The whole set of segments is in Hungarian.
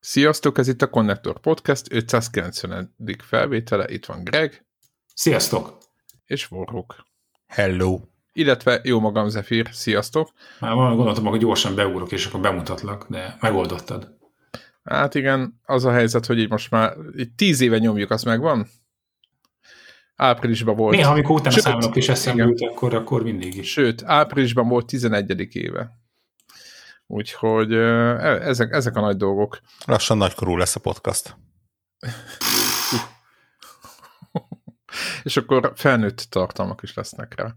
Sziasztok, ez itt a Connector Podcast 590. felvétele, itt van Greg. Sziasztok! És Warhawk. Hello! Illetve jó magam, Zephyr. Sziasztok! Már gondoltam, hogy gyorsan beugrok, és akkor bemutatlak, de megoldottad. Hát igen, az a helyzet, hogy így most már 10 éve nyomjuk, azt megvan? Áprilisban volt. Néha, amikor utána számolok és eszembe jut, akkor mindig is. Sőt, áprilisban volt 11. éve. Úgyhogy ezek a nagy dolgok. Lassan nagykorú lesz a podcast. És akkor felnőtt tartalmak is lesznek rá.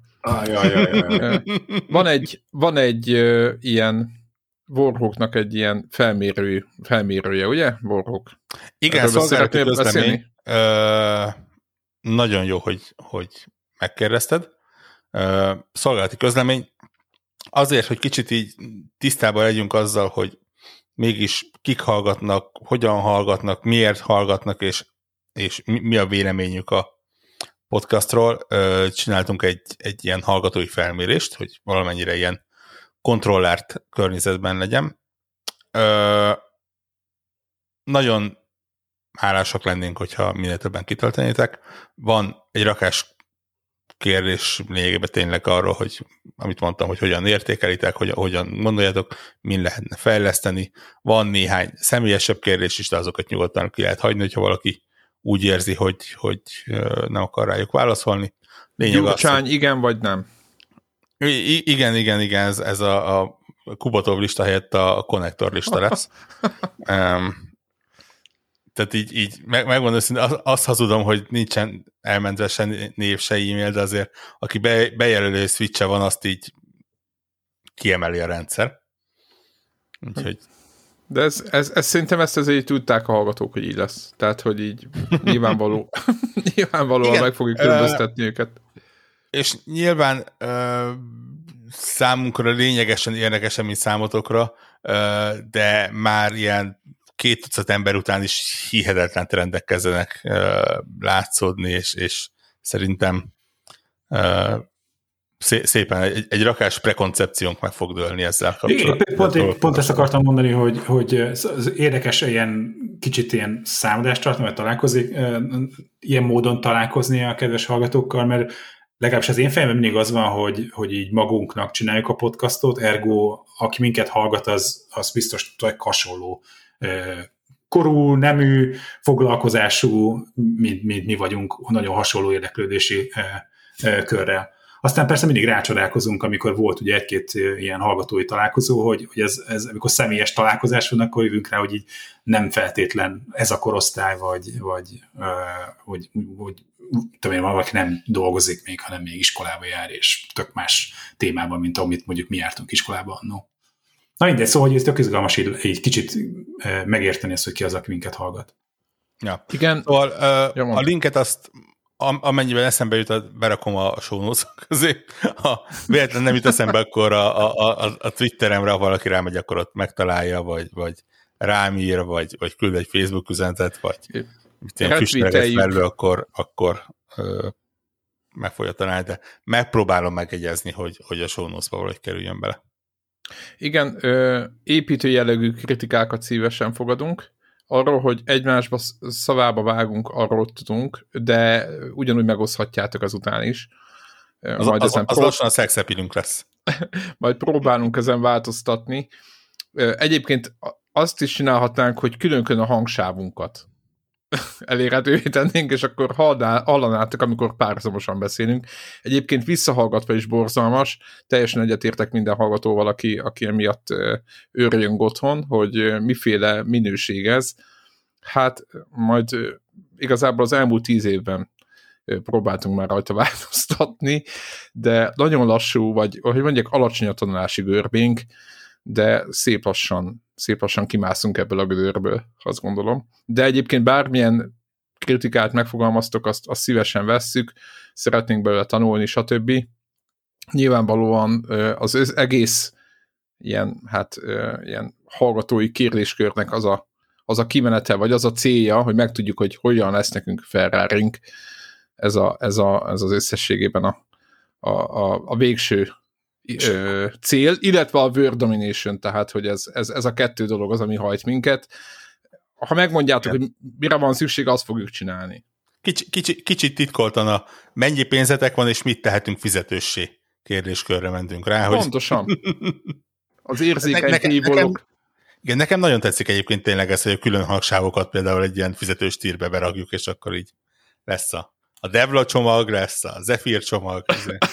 Van egy ilyen Warhawknak egy ilyen felmérője, ugye? Warhawk. Igen, szolgálati közlemény. Nagyon jó, hogy megkérdezted. Szolgálati közlemény. Azért, hogy kicsit így tisztában legyünk azzal, hogy mégis kik hallgatnak, hogyan hallgatnak, miért hallgatnak, és mi a véleményük a podcastról. Csináltunk egy ilyen hallgatói felmérést, hogy valamennyire ilyen kontrollált környezetben legyen. Nagyon hálásak lennénk, hogyha minél többen kitöltenétek. Van egy rakás kérdés lényegében tényleg arról, hogy amit mondtam, hogy hogyan értékelitek, hogyan gondoljátok, min lehetne fejleszteni. Van néhány személyesebb kérdés is, de azokat nyugodtan ki lehet hagyni, hogyha valaki úgy érzi, hogy nem akar rájuk válaszolni. Gyurcsány, igen vagy nem? Igen, ez a Kubatov lista helyett a konnektor lista lesz. Tehát így megmondom, hogy azt hazudom, hogy nincsen elmentve se név, se e-mail, de azért aki bejelölő switch-e van, azt így kiemeli a rendszer. Úgyhogy... De ez szerintem ezt azért tudták a hallgatók, hogy így lesz. Tehát, hogy így nyilvánvalóan meg fogjuk különböztetni őket. És nyilván számunkra lényegesen érdekesebb, mint számotokra, de már ilyen 200 ember után is hihetetlen trendek kezdenek látszódni, és szerintem szépen egy rakás prekoncepciónk meg fog dőlni ezzel kapcsolatban. Pont ezt akartam mondani, hogy az érdekes ilyen kicsit ilyen számadást tartani, vagy találkozik, ilyen módon találkozni a kedves hallgatókkal, mert legalábbis az én fejemben mindig az van, hogy így magunknak csináljuk a podcastot, ergo aki minket hallgat, az biztos hasonló korú, nemű, foglalkozású, mint mi vagyunk, nagyon hasonló érdeklődési körrel. Aztán persze mindig rácsodálkozunk, amikor volt ugye egy-két ilyen hallgatói találkozó, hogy ez amikor személyes találkozás van, akkor jövünk rá, hogy így nem feltétlen ez a korosztály, vagy tudom én, valaki nem dolgozik még, hanem még iskolába jár, és tök más témában, mint amit mondjuk mi jártunk iskolába annó. Na mindegy, szóval, hogy ez tök izgalmas így kicsit megérteni ezt, hogy ki az, aki minket hallgat. Ja. Igen. Szóval a linket azt, amennyiben eszembe jut, berakom a show notes közé. Ha véletlenül nem jut eszembe, akkor a Twitteremre, ha valaki rámegy, akkor ott megtalálja, vagy rám ír, vagy küld egy Facebook üzenetet, vagy ilyen füstreget felül, akkor meg fogja találni, de megpróbálom megegyezni, hogy a show notes-ba valahogy kerüljön bele. Igen, építő jellegű kritikákat szívesen fogadunk. Arról, hogy egymásba szavába vágunk, arról tudunk, de ugyanúgy megoszthatjátok azután is. Az lassan a szexepilünk lesz. Majd próbálunk ezen változtatni. Egyébként azt is csinálhatnánk, hogy külön-külön a hangsávunkat elérhetővé tennénk, és akkor hallanátok, amikor párhuzamosan beszélünk. Egyébként visszahallgatva is borzalmas, teljesen egyetértek minden hallgatóval, aki emiatt őrjön otthon, hogy miféle minőség ez. Hát majd igazából az elmúlt 10 évben próbáltunk már rajta változtatni, de nagyon lassú, vagy hogy mondják, alacsony a tanulási görbénk, de szép lassan kimászunk ebből a gödörből, azt gondolom. De egyébként bármilyen kritikát megfogalmaztok, azt szívesen vesszük, szeretnénk belőle tanulni, stb. Nyilvánvalóan az egész ilyen hallgatói kérdéskörnek az a kimenete, vagy az a célja, hogy megtudjuk, hogy hogyan lesz nekünk Ferrarink, ez az összességében a végső cél, illetve a word domination, tehát hogy ez a kettő dolog az, ami hajt minket. ha megmondjátok, hogy mire van szükség, azt fogjuk csinálni. Kicsit titkoltan a mennyi pénzetek van, és mit tehetünk fizetőssé kérdéskörre mentünk rá. Pontosan. Az érzékeny tévolok. Igen, nekem nagyon tetszik egyébként tényleg ez, hogy a külön hangsávokat például egy ilyen fizetős tírbe beragjuk, és akkor így lesz a Devla csomag, lesz a Zephyr csomag.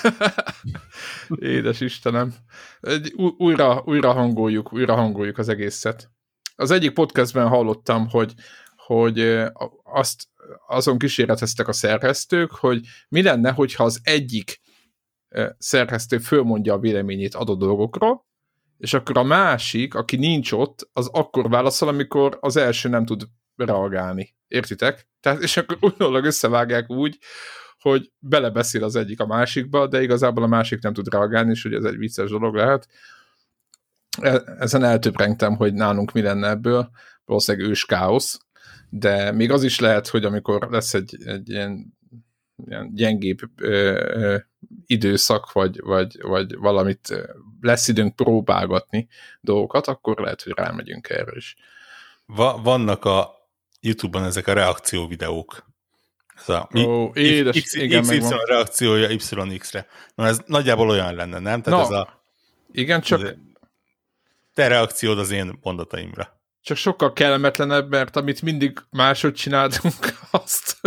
Édes Istenem. Újra hangoljuk az egészet. Az egyik podcastben hallottam, hogy azon kísérleteztek a szerkesztők, hogy mi lenne, hogyha az egyik szerkesztő fölmondja a véleményét adott dolgokról, és akkor a másik, aki nincs ott, az akkor válaszol, amikor az első nem tud reagálni. Értitek? Tehát, és akkor utólag összevágják úgy, hogy belebeszél az egyik a másikba, de igazából a másik nem tud reagálni, és hogy ez egy vicces dolog lehet. Ezen eltöprengtem, hogy nálunk mi lenne ebből, valószínűleg ős káosz, de még az is lehet, hogy amikor lesz egy ilyen gyengébb időszak, vagy valamit lesz időnk próbálgatni dolgokat, akkor lehet, hogy rámegyünk erre is. Vannak a YouTube-on ezek a reakció videók. Ez a igen, XY reakciója YX-re. Na, ez nagyjából olyan lenne, nem? Tehát igen, csak te reakciód az én mondataimra. Csak sokkal kellemetlenebb, mert amit mindig máshogy csináltunk, azt.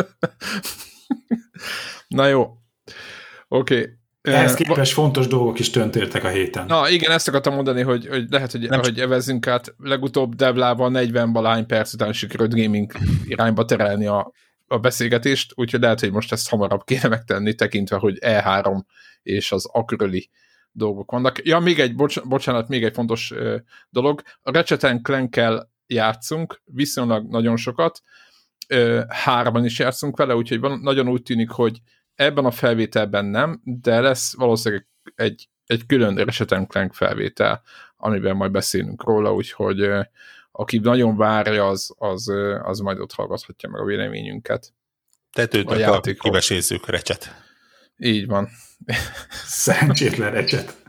Na jó. Oké. Ehhez képest fontos dolgok is történtek a héten. Na igen, ezt akartam mondani, hogy lehet, hogy evezzünk át. Legutóbb Devlával 40-valahány perc után sikerült gaming irányba terelni a beszélgetést, úgyhogy lehet, hogy most ezt hamarabb kéne megtenni, tekintve, hogy E3 és az aköröli dolgok vannak. Ja, még egy, bocsánat, még egy fontos dolog. A Ratchet & Clank-kel játszunk, viszonylag nagyon sokat. 3-ban is játszunk vele, úgyhogy nagyon úgy tűnik, hogy ebben a felvételben nem, de lesz valószínűleg egy külön Ratchet & Clank felvétel, amiben majd beszélünk róla, úgyhogy aki nagyon várja, az majd ott hallgathatja meg a véleményünket. Tetőtök a kivesézzük Ratchet. Így van. Szerencsétlen Ratchet.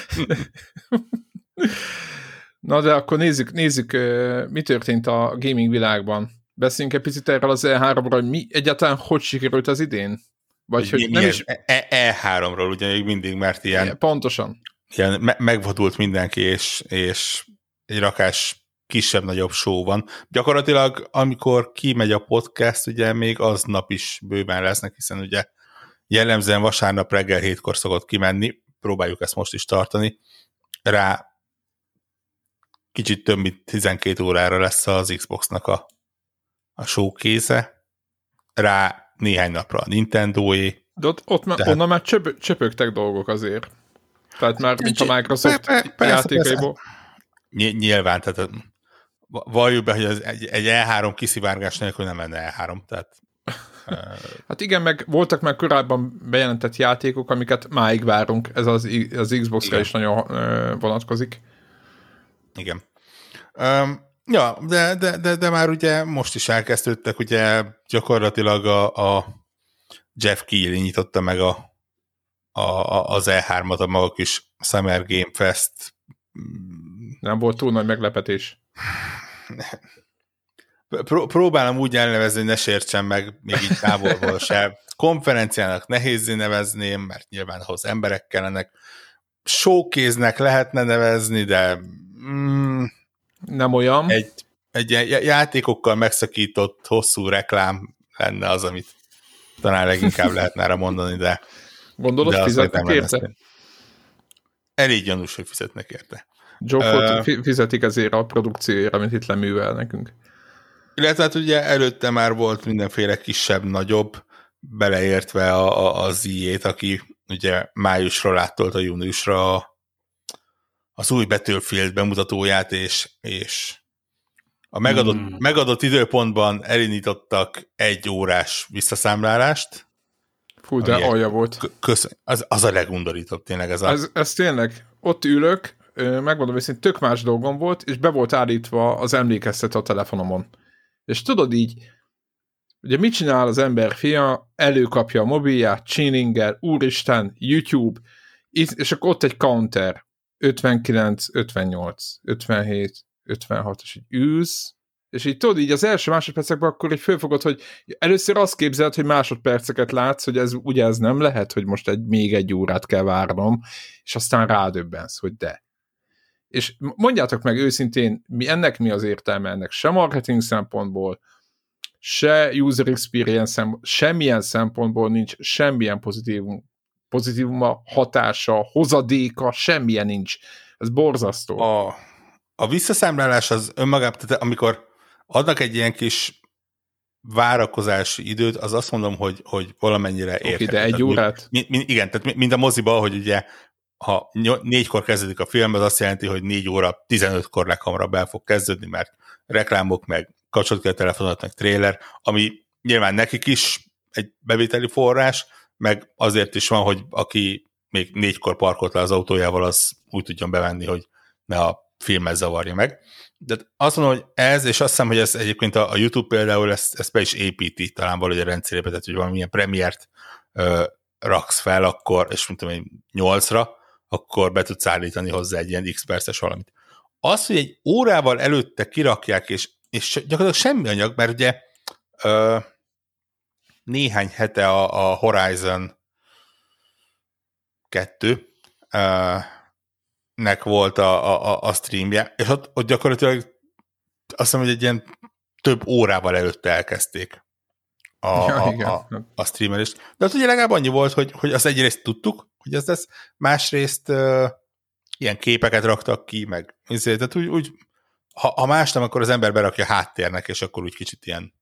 Na de akkor nézzük, mi történt a gaming világban. Beszéljünk egy picit erről az E3-ról, hogy egyáltalán hogy sikerült az idén? Vagy hogy nem is... E3-ról ugye még mindig, mert ilyen... Pontosan. Ilyen megvadult mindenki, és egy rakás kisebb-nagyobb show van. Gyakorlatilag, amikor kimegy a podcast, ugye még aznap is bőven lesznek, hiszen ugye jellemzően vasárnap reggel 7-kor szokott kimenni, próbáljuk ezt most is tartani. Rá kicsit több mint 12 órára lesz az Xboxnak a showcase-e, rá néhány napra a Nintendo-é. De onnan már csöpögtek dolgok azért. Tehát már mint a Microsoft játékaiból. Nyilván, tehát valljuk be, hogy egy E3 kiszivárgás nélkül nem lenne E3, tehát hát igen, meg voltak már korábban bejelentett játékok, amiket máig várunk. Ez az Xbox-ra is nagyon vonatkozik. Igen. Ja, de már ugye most is elkezdődtek, ugye gyakorlatilag a Jeff Keighley nyitotta meg az E3-at, a maga kis Summer Game Fest. Nem volt túl nagy meglepetés. Próbálom úgy elnevezni, hogy ne sértsen meg még így távolból se. Konferenciának nehézzé nevezném, mert nyilván ahhoz emberek kellenek. Showcase-nek lehetne nevezni, de nem olyan. Egy játékokkal megszakított hosszú reklám lenne az, amit talán leginkább lehetne erre mondani, de gondolod, fizetnek érte? Elég gyanús, hogy fizetnek érte. Jobbot fizetik ezért a produkcióért, amit itt leművel nekünk. Illetve hát ugye előtte már volt mindenféle kisebb-nagyobb, beleértve az EA-t, aki ugye májusról áttolta júniusra az új Battlefield bemutatóját, és a megadott időpontban elindítottak 1 órás visszaszámlálást. Fú, de alja volt. Az a legundorítóbb tényleg. Ez tényleg. Ott ülök, megmondom őszintén, tök más dolgom volt, és be volt állítva az emlékeztető a telefonomon. És tudod így, ugye mit csinál az ember fia, előkapja a mobilját, csiningel, úristen, YouTube, és akkor ott egy counter, 59, 58, 57, 56, és így ülsz, És így tudod, így az első másodpercekben akkor így fölfogod, hogy először azt képzeld, hogy másodperceket látsz, hogy ez nem lehet, hogy most még egy órát kell várnom, és aztán rádöbbensz, hogy de. És mondjátok meg őszintén, mi az értelme ennek? Se marketing szempontból, se user experience, semmilyen szempontból nincs semmilyen pozitívuma, hatása, hozadéka, semmilyen nincs. Ez borzasztó. A visszaszámlálás az önmagában, tehát amikor adnak egy ilyen kis várakozási időt, az azt mondom, hogy valamennyire érthető. De egy órát? Igen, tehát mint a moziba, hogy ugye ha 4-kor kezdődik a film, az azt jelenti, hogy 4 óra 15-kor leghamarabb el fog kezdődni, mert reklámok, meg kapcsolat kell telefonat, meg trailer, ami nyilván nekik is egy bevételi forrás, meg azért is van, hogy aki még 4-kor parkolt le az autójával, az úgy tudjon bevenni, hogy ne a filmet zavarja meg. De azt mondom, hogy ez, és azt hiszem, hogy ez egyébként a YouTube például ezt be is építi talán valahogy a rendszerébe, tehát hogy valamilyen premiért raksz fel, akkor, és mint tudom én 8-ra, akkor be tudsz állítani hozzá egy ilyen x perces valamit. Az, hogy egy órával előtte kirakják, és gyakorlatilag semmi anyag, mert ugye néhány hete a Horizon 2 nek volt a streamje, és ott gyakorlatilag azt hiszem, hogy egy ilyen több órával előtte elkezdték a streamelést. De ott ugye legalább annyi volt, hogy azt egyrészt tudtuk, hogy ez lesz, másrészt ilyen képeket raktak ki, meg tehát úgy ha más nem, akkor az ember berakja háttérnek, és akkor úgy kicsit ilyen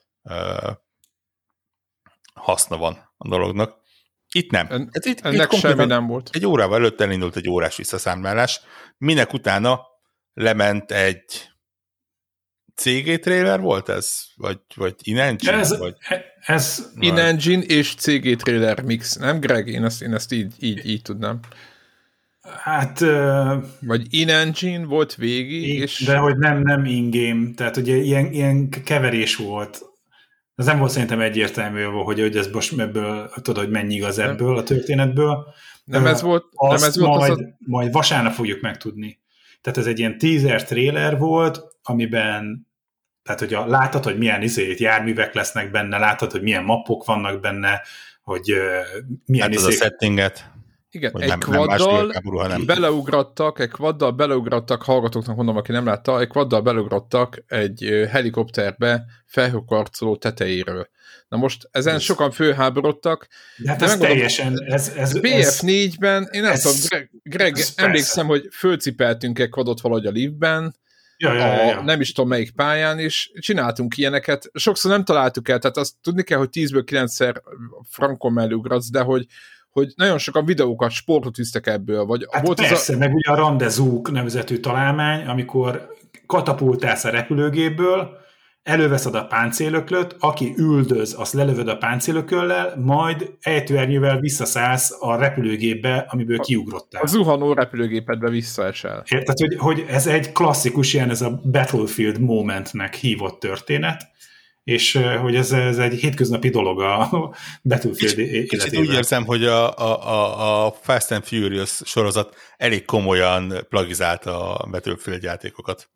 haszna van a dolognak. Itt nem. Ennek semmi nem volt. Egy órával előtt elindult egy órás visszaszámlálás, minek utána lement egy CG trailer volt ez? Vagy in-engine? Ez in-engine és CG trailer mix, nem Greg? Én ezt így tudnám. Hát... Vagy in-engine volt végig, és... De hogy nem in-game, tehát ugye ilyen keverés volt. Ez nem volt szerintem egyértelmű, hogy ez most ebből, tudod, hogy mennyi igaz ebből a történetből. Nem ez volt majd vasárnap fogjuk megtudni. Tehát ez egy ilyen teaser trailer volt, amiben tehát, hogy látod, hogy milyen járművek lesznek benne, látod, hogy milyen mappok vannak benne, hogy milyen a settinget. Igen, egy quaddal beleugrattak, hallgatóknak mondom, aki nem látta, egy quaddal beleugrattak egy helikopterbe felhőkarcoló tetejéről. Na most ezen sokan fölháborodtak. De hát ez teljesen... BF4-ben, én nem tudom, Greg, emlékszem, hogy fölcipeltünk egy quadot valahogy a liftben, nem is tudom melyik pályán, és csináltunk ilyeneket. Sokszor nem találtuk el, tehát azt tudni kell, hogy 10-ből 9-szer frankon mellé ugratsz, de hogy nagyon sokan videókat, sportot üztek ebből. Vagy hát volt persze, meg ugye a Rendezvous nevezetű találmány, amikor katapultálsz a repülőgépből, előveszed a páncélöklöt, aki üldöz, azt lelövöd a páncélököllel, majd ejtőernyővel visszaszállsz a repülőgépbe, amiből kiugrottál. A zuhanó repülőgépedbe visszaesel. Tehát, hogy ez egy klasszikus ilyen, ez a Battlefield momentnek hívott történet, és hogy ez egy hétköznapi dolog a Battlefield életében. Kicsit úgy érzem, hogy a Fast and Furious sorozat elég komolyan plagizálta a Battlefield játékokat.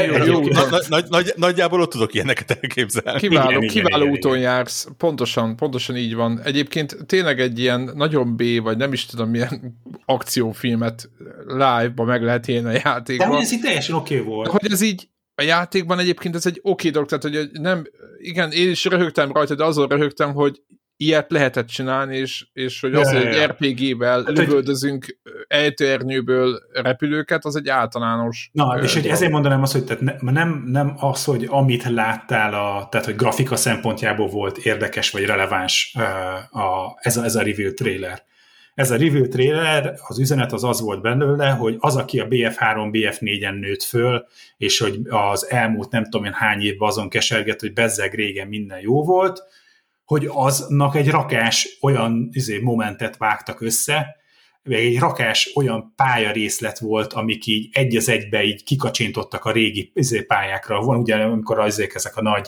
Nagyjából ott tudok ilyeneket elképzelni. Kiváló úton jársz, pontosan így van. Egyébként tényleg egy ilyen nagyon B, vagy nem is tudom milyen akciófilmet live-ba meg lehet élni a játékban. De ez így teljesen oké volt. Hogy ez így a játékban egyébként ez egy oké dolog, tehát hogy nem, igen, én is röhögtem rajta, de azon röhögtem, hogy ilyet lehetett csinálni, és hogy az, hogy egy RPG-vel lövöldözünk ejtőernyőből repülőket, az egy általános... Na, és hogy ezért mondanám azt, hogy tehát nem az, hogy amit láttál, tehát hogy grafika szempontjából volt érdekes vagy releváns ez a reveal trailer. Ez a reveal trailer, az üzenet az volt belőle, hogy az, aki a BF3, BF4-en nőtt föl, és hogy az elmúlt nem tudom én hány évben azon keserget, hogy bezzeg régen minden jó volt, hogy aznak egy rakás olyan momentet vágtak össze, egy rakás olyan pályarészlet volt, amik így egy az egybe így kikacsintottak a régi pályákra. Van ugye, amikor ezek a nagy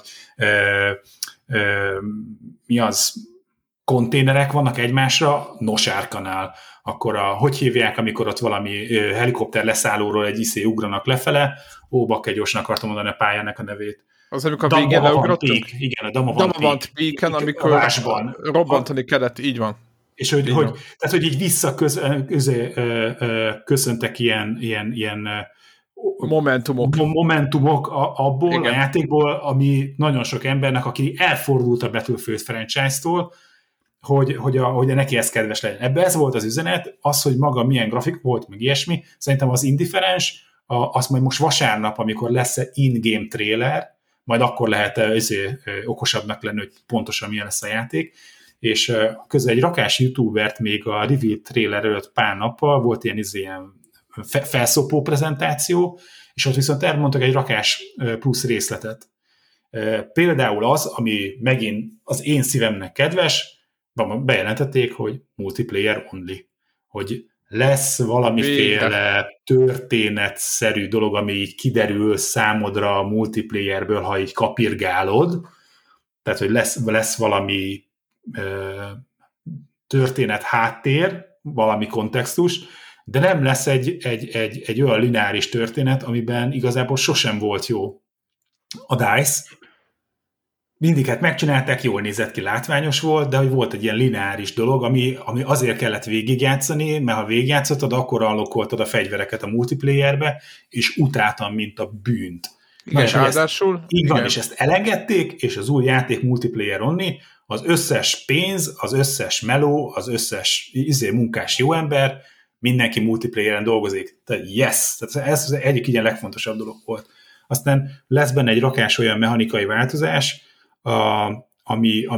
konténerek vannak egymásra, Nosárkanál, akkor hogy hívják, amikor ott valami helikopter leszállóról egy ugranak lefele, bakker gyorsan akartam mondani a pályának a nevét. Az, amikor a végén leugrottunk? Igen, a Damavant Peak-en, amikor robbantani kellett, így van. És hogy így visszaköszöntek ilyen momentumok abból, igen, a játékból, ami nagyon sok embernek, aki elfordult a Battlefield franchise-tól, hogy neki ez kedves legyen. Ebben ez volt az üzenet, az, hogy maga milyen grafik volt, meg ilyesmi, szerintem az indifferens, az majd most vasárnap, amikor lesz in-game trailer, majd akkor lehet okosabbnak lenni, hogy pontosan milyen lesz a játék, és közben egy rakás youtubert még a review trailer előtt pár nappal volt ilyen felszopó prezentáció, és ott viszont elmondtak egy rakás plusz részletet. Például az, ami megint az én szívemnek kedves, bejelentették, hogy multiplayer only, hogy lesz valamiféle történetszerű dolog, ami így kiderül számodra a multiplayerből, ha így kapirgálod, tehát, hogy lesz valami történet háttér, valami kontextus, de nem lesz egy olyan lineáris történet, amiben igazából sosem volt jó a DICE. Mindig hát megcsinálták, jól nézett ki, látványos volt, de hogy volt egy ilyen lineáris dolog, ami azért kellett végigjátszani, mert ha végigjátszottad, akkor allokoltad a fegyvereket a multiplayerbe, és utáltam, mint a bűnt. Igen, ráadásul. Így van, és ezt elengedték, és az új játék multiplayer only, az összes pénz, az összes meló, az összes munkás jó ember, mindenki multiplayeren dolgozik. Tehát yes! Tehát ez az egyik ilyen legfontosabb dolog volt. Aztán lesz benne egy rakás olyan mechanikai változás, ami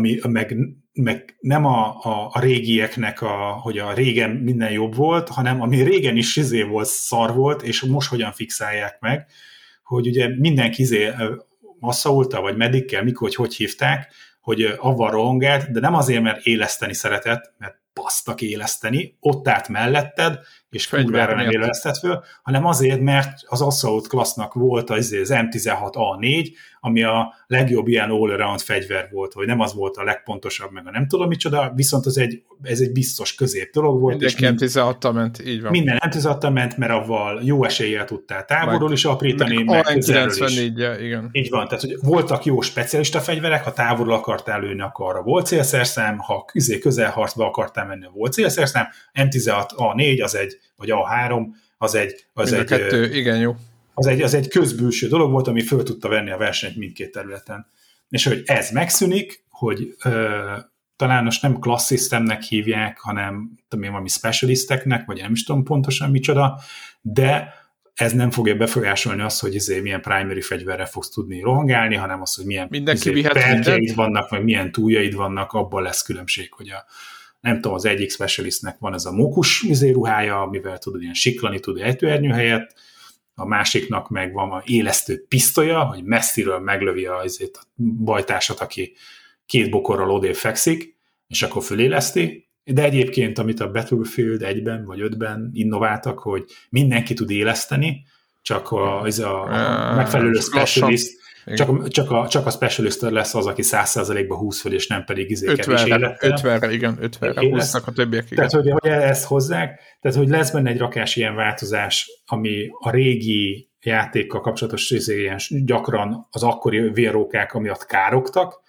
meg nem a régieknek, hogy a régen minden jobb volt, hanem ami régen is volt, szar volt, és most hogyan fixálják meg, hogy ugye mindenki masszaulta, vagy medikkel, mikor, hogy hívták, hogy avval rohangált, de nem azért, mert éleszteni szeretett, mert basztak éleszteni, ott állt melletted, és kurvára nem élesztett föl, hanem azért, mert az Assault classnak volt az M16A4, ami a legjobb ilyen all-around fegyver volt, hogy nem az volt a legpontosabb, meg a nem tudom micsoda, viszont ez egy biztos közép dolog volt. Mindenki M16-tal ment, így van. Minden M16-tal ment, mert avval jó eséllyel tudtál távolról is aprítani, meg közelről is. Igen. Így van, tehát hogy voltak jó specialista fegyverek, ha távolról akartál lőni, akkor arra volt célszerszám, ha közelharcba akartál menni, volt célszerszám, M16A4 vagy A3, az egy kettő, igen, jó. Az egy közbülső dolog volt, ami föl tudta venni a versenyt mindkét területen. És hogy ez megszűnik, hogy talán most nem class systemnek hívják, hanem valami specialisteknek, vagy nem is tudom pontosan micsoda, de ez nem fogja befolyásolni azt, hogy milyen primary fegyverrel fogsz tudni rohangálni, hanem az, hogy milyen perkjeid vannak, vagy milyen túljaid vannak, abban lesz különbség, hogy nem tudom, az egyik specialistnek van ez a mókus ruhája, amivel tudod ilyen siklani tud ejtőernyő helyett, a másiknak meg van a élesztő pisztolya, hogy messziről meglövi a bajtársat, aki két bokorral odébb fekszik, és akkor föléleszti. De egyébként, amit a Battlefield 1-ben vagy 5-ben innováltak, hogy mindenki tud éleszteni, csak a megfelelő specialist, csak a specialist lesz az, aki 100%-ban húz föl, és nem pedig kevés élettel. 50-re, igen, 50-re húznak a többiek. Igen. Tehát, hogy ezt hozzák, tehát, hogy lesz benne egy rakás ilyen változás, ami a régi játékkal kapcsolatos ilyen gyakran az akkori vérrókák amiatt károgtak,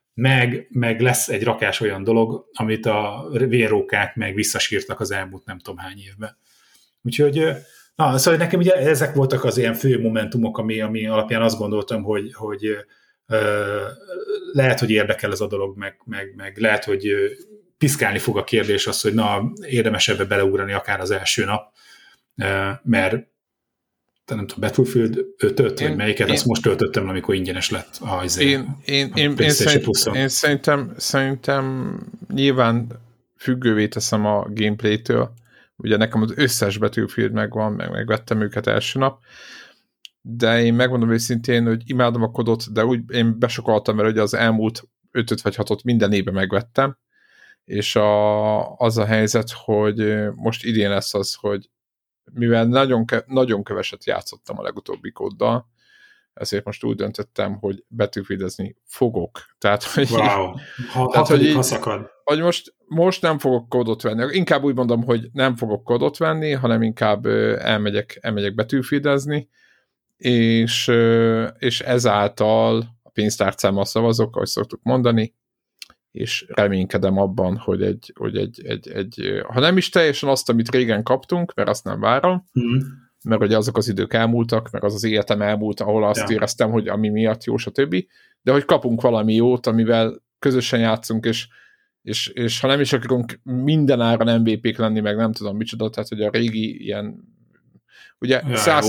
meg lesz egy rakás olyan dolog, amit a vérrókák meg visszasírtak az elmúlt nem tudom hány évben. Úgyhogy szóval nekem ugye ezek voltak az ilyen fő momentumok, ami alapján azt gondoltam, hogy lehet, hogy érdekel ez a dolog, meg lehet, hogy piszkálni fog a kérdés az, hogy érdemes ebbe beleugrani akár az első nap, mert nem tudom, Battlefield 5-öt, vagy melyiket, azt most töltöttem, amikor ingyenes lett én szerintem nyilván függővé teszem a gameplaytől. Ugye nekem az összes Battlefield megvan, megvettem őket első nap, de én megmondom őszintén, hogy imádom a kodot, de úgy én besokaltam, mert ugye az elmúlt 5-öt vagy 6-ot minden évben megvettem, és az a helyzet, hogy most idén lesz az, hogy mivel nagyon keveset játszottam a legutóbbi kóddal, ezért most úgy döntöttem, hogy Battlefieldezni fogok. Tehát, hogy, hogy most nem fogok kódot venni. Inkább úgy mondom, hogy nem fogok kódot venni, hanem inkább elmegyek Battlefieldezni, és ezáltal pénztárcámmal szavazok, ahogy szoktuk mondani, és reménykedem abban, hogy egy ha nem is teljesen azt, amit régen kaptunk, mert azt nem várom, mert ugye azok az idők elmúltak, meg az az életem elmúlt, ahol azt éreztem, hogy ami miatt jó, stb. De hogy kapunk valami jót, amivel közösen játszunk, és ha nem is akarunk minden áron MVP-k lenni, meg nem tudom micsoda, tehát hogy a régi ilyen ugye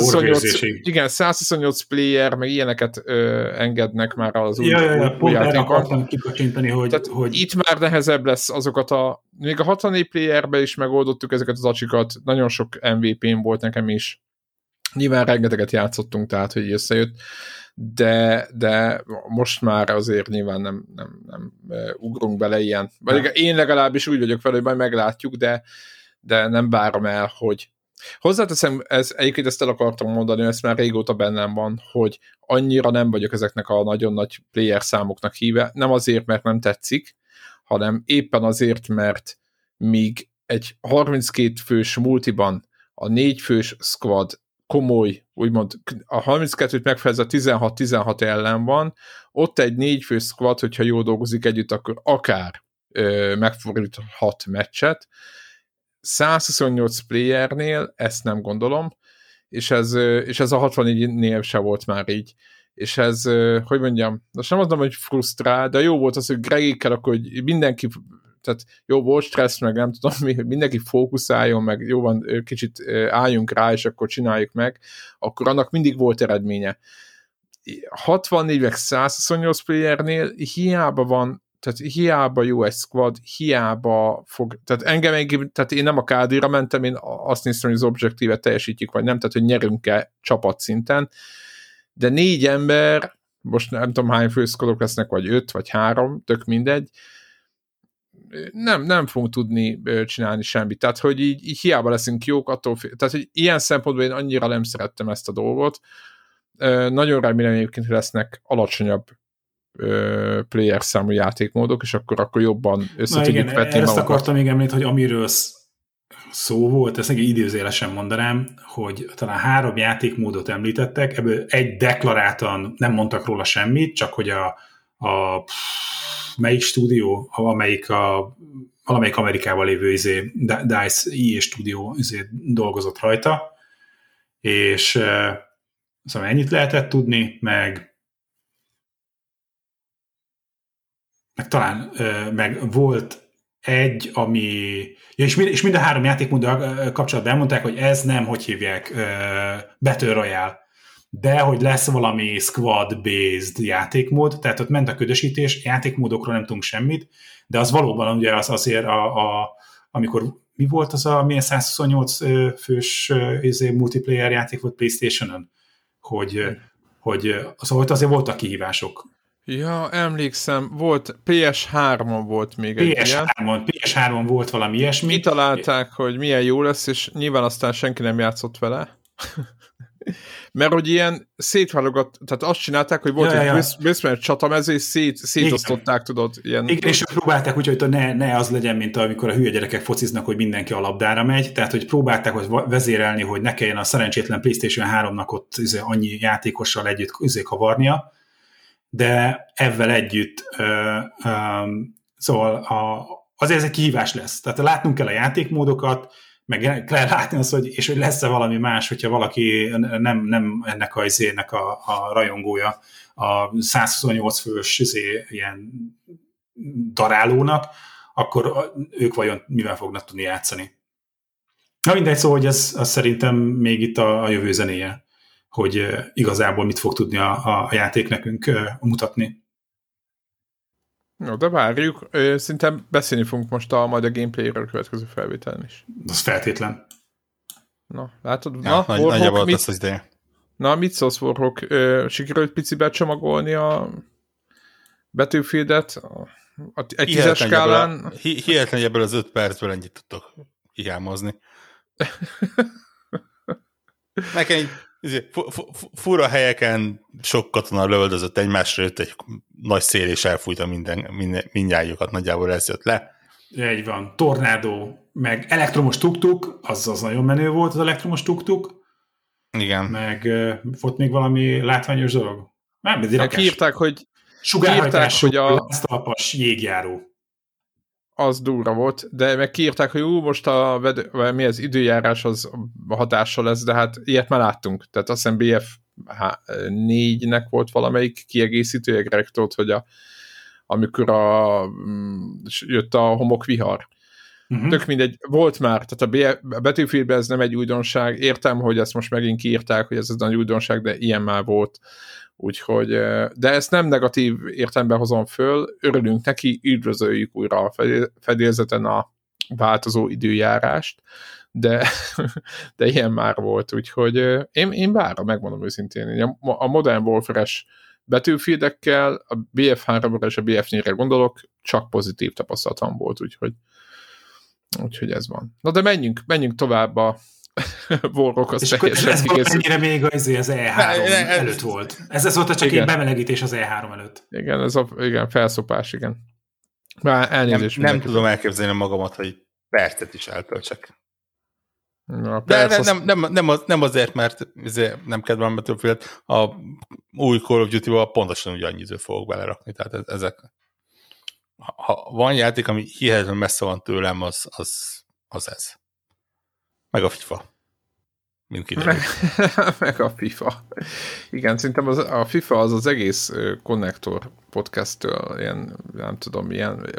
128 player, meg ilyeneket engednek már az új játékon. Akartam kikacsintani, hogy... Itt már nehezebb lesz azokat még a 64 playerbe is megoldottuk ezeket az acsikat, nagyon sok MVP-n volt nekem is. Nyilván rengeteget játszottunk, tehát hogy összejött, de most már azért nyilván nem ugrunk bele ilyen. Vagy én legalábbis úgy vagyok vele, hogy majd meglátjuk, de nem várom el, hogy hozzáteszem, egyébként ezt el akartam mondani, ezt már régóta bennem van, hogy annyira nem vagyok ezeknek a nagyon nagy player számoknak híve, nem azért, mert nem tetszik, hanem éppen azért, mert míg egy 32 fős multiban a 4 fős squad komoly, úgymond a 32-t megfelelő 16-16 ellen van, ott egy 4 fős squad, hogyha jól dolgozik együtt, akkor akár megfordíthat meccset. 128 playernél ezt nem gondolom, és ez a 64-nél se volt már így. És ez, hogy mondjam, most nem mondom, hogy frusztrál, de jó volt az, hogy Gregékkel akkor, hogy mindenki, tehát jó volt stressz, meg nem tudom mi, hogy mindenki fókuszáljon, meg jó van, kicsit álljunk rá, és akkor csináljuk meg, akkor annak mindig volt eredménye. 64 meg 128 playernél hiába van, tehát hiába jó egy squad, hiába fog, tehát én nem a KD-ra mentem, én azt néztem, hogy az objektívet teljesítjük, vagy nem, tehát hogy nyerünk-e csapatszinten, de 4 ember, most nem tudom hány főszkodok lesznek, vagy 5, vagy 3, tök mindegy, nem fogunk tudni csinálni semmit, tehát hogy így hiába leszünk jók, attól tehát hogy ilyen szempontból én annyira nem szerettem ezt a dolgot, nagyon remélem egyébként, hogy lesznek alacsonyabb player számú játékmódok, és akkor jobban össze tudjuk vetni magunkat. Ezt akartam még említeni, hogy amiről szó volt, ezt egy időzélesen mondanám, hogy talán 3 játékmódot említettek, ebből egy deklaráltan nem mondtak róla semmit, csak hogy melyik stúdió, valamelyik Amerikában lévő DICE EA stúdió dolgozott rajta, és szóval ennyit lehetett tudni, meg talán meg volt egy, ami... Ja, és mind a 3 játékmóddal kapcsolatban elmondták, hogy ez nem, hogy hívják, Battle Royale, de hogy lesz valami squad-based játékmód, tehát ott ment a ködösítés, játékmódokról nem tudunk semmit, de az valóban ugye az azért amikor mi volt az a milyen 128 fős multiplayer játék volt PlayStation-on, hogy azért voltak kihívások. Ja, emlékszem, volt PS3-on volt még egy ilyen. PS3-on volt valami ilyesmi. Kitalálták, hogy milyen jó lesz, és nyilván aztán senki nem játszott vele. Mert hogy ilyen szétválogat, tehát azt csinálták, hogy volt egy bőszmenet csatamező, és szétosztották, tudod. Ilyen... Igen, és próbálták úgy, hogy ne az legyen, mint amikor a hülye gyerekek fociznak, hogy mindenki a labdára megy, tehát hogy próbálták hogy vezérelni, hogy ne kelljen a szerencsétlen PlayStation 3-nak ott annyi játékossal együtt kavarnia, de ezzel együtt szóval azért ez egy kihívás lesz. Tehát látnunk kell a játékmódokat, meg kell látni azt, hogy lesz-e valami más, hogyha valaki nem ennek a rajongója a 128 fős ilyen darálónak, akkor ők vajon mivel fognak tudni játszani. Na mindegy, szóval, hogy ez szerintem még itt a jövő zenéje, hogy igazából mit fog tudni a játék nekünk mutatni. No, de várjuk. Szerintem beszélni fogunk most majd a gameplayről a következő felvételen is. Az feltétlen. Na, látod? Ja, nagyjából lesz az ideje. Na, mit szólsz, Warhawk? Sikerült picibe csomagolni a Battlefieldet? Egy 10-es skálán? Hihetetlen, ebből az 5 percből ennyit tudtok hiámozni. Nekem fura helyeken sok katona lövöldözött egymásra, jött egy nagy szél, és elfújta mindnyájukat, nagyjából ez jött le. Így van. Tornádó, meg elektromos tuk-tuk, az nagyon menő volt az elektromos tuk-tuk. Igen. Meg volt még valami látványos dolog? Nem, ez írták, hogy Sugárhajtású, láztalpas jégjáró. Az durva volt, de meg kiírták, hogy most mi az időjárás az hatással lesz, de hát ilyet már láttunk. Tehát azt hiszem BF4-nek volt valamelyik kiegészítője, Greg tudod, hogy amikor jött a homokvihar. Tök mindegy, volt már, tehát a Battlefieldben ez nem egy újdonság, értem, hogy ezt most megint kiírták, hogy ez nagy újdonság, de ilyen már volt. Úgyhogy, de ezt nem negatív értelemben hozom föl, örülünk neki, üdvözöljük újra a fedélzeten a változó időjárást, de ilyen már volt, úgyhogy én várom, megmondom őszintén. A Modern Warfare-es Battlefield-ekkel, a BF3-ra és a BF4-re gondolok, csak pozitív tapasztalatom volt, úgyhogy ez van. Na de menjünk tovább a Warrock, az teljesen ez valamennyire még az E3 előtt volt. Ez volt csak egy bemelegítés az E3 előtt. Igen, igen, felszopás, igen. Már elnézést. Nem tudom elképzelni magamat, hogy percet is eltöltsek. Na, de nem azért, mert nem kedvelem Battlefield, a új Call of Duty-val pontosan ugyannyi időt fogok belerakni, tehát ezek ha van játék, ami hihetetlen messze van tőlem, az ez. Meg a FIFA. Meg a FIFA. Igen, szerintem a FIFA az egész Connector podcast-től nem tudom,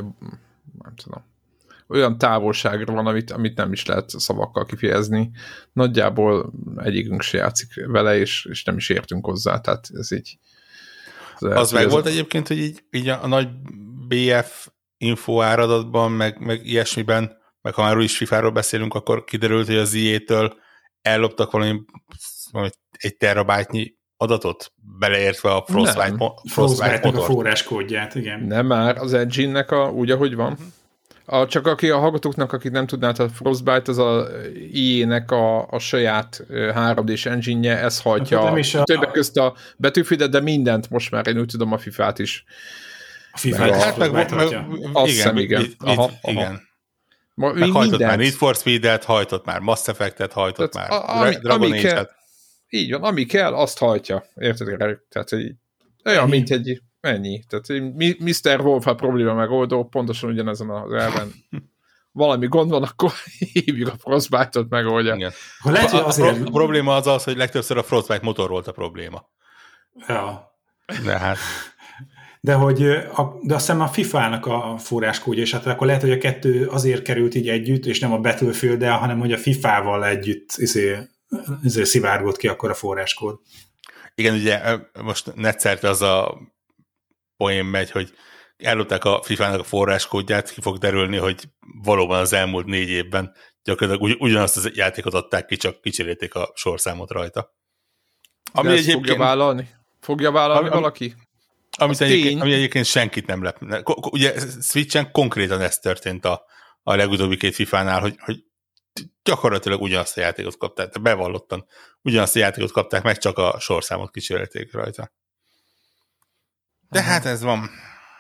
olyan távolságra van, amit nem is lehet szavakkal kifejezni. Nagyjából egyikünk se játszik vele, és nem is értünk hozzá, tehát ez így... Az meg volt egyébként, hogy így a nagy BF info áradatban, meg ilyesmiben, meg ha már új is FIFA-ról beszélünk, akkor kiderült, hogy az EA-től elloptak valami egy terabájtnyi adatot, beleértve a Frostbite a forráskódját, igen. Nem már, az Engine-nek úgy, ahogy van. Csak a hallgatóknak, akik nem tudnád, a Frostbite az a EA-nek a saját 3D-s engine-je, ez hajtja többek közt a Battlefield, de mindent most már, én úgy tudom, a FIFA-t is. A FIFA-t igen. Hajtott már Need for Speed-et, hajtott már Mass Effect-et, hajtott már Dragon Age-et. Így van, ami kell, azt hajtja. Érted? Tehát olyan, mint egy ennyi. Tehát Mr. Wolf a probléma megoldó, pontosan ugyanezen az elven. Valami gond van, akkor hívjuk a Frostbite-ot, megoldja. Igen. A probléma az, hogy legtöbbször a Frostbite motor volt a probléma. Ja. De hát... De azt hiszem a FIFA-nak a forráskódja, és hát akkor lehet, hogy a kettő azért került így együtt, és nem a Battlefield-del, hanem hogy a FIFA-val együtt szivárgott ki akkor a forráskód. Igen, ugye most netszerte az a poén megy, hogy ellopták a FIFA-nak a forráskódját, ki fog derülni, hogy valóban az elmúlt 4 évben gyakorlatilag ugyanazt az játékot adták ki, csak kicserélték a sorszámot rajta. Ami egyébként... fogja vállalni? Fogja vállalni valaki? Ami egyébként senkit nem lep. Ugye Switchen konkrétan ez történt a legutóbbi 2 FIFA-nál, hogy gyakorlatilag ugyanazt a játékot kapták, bevallottan ugyanazt a játékot kapták, meg csak a sorszámot kicserélték rajta. De hát ez van.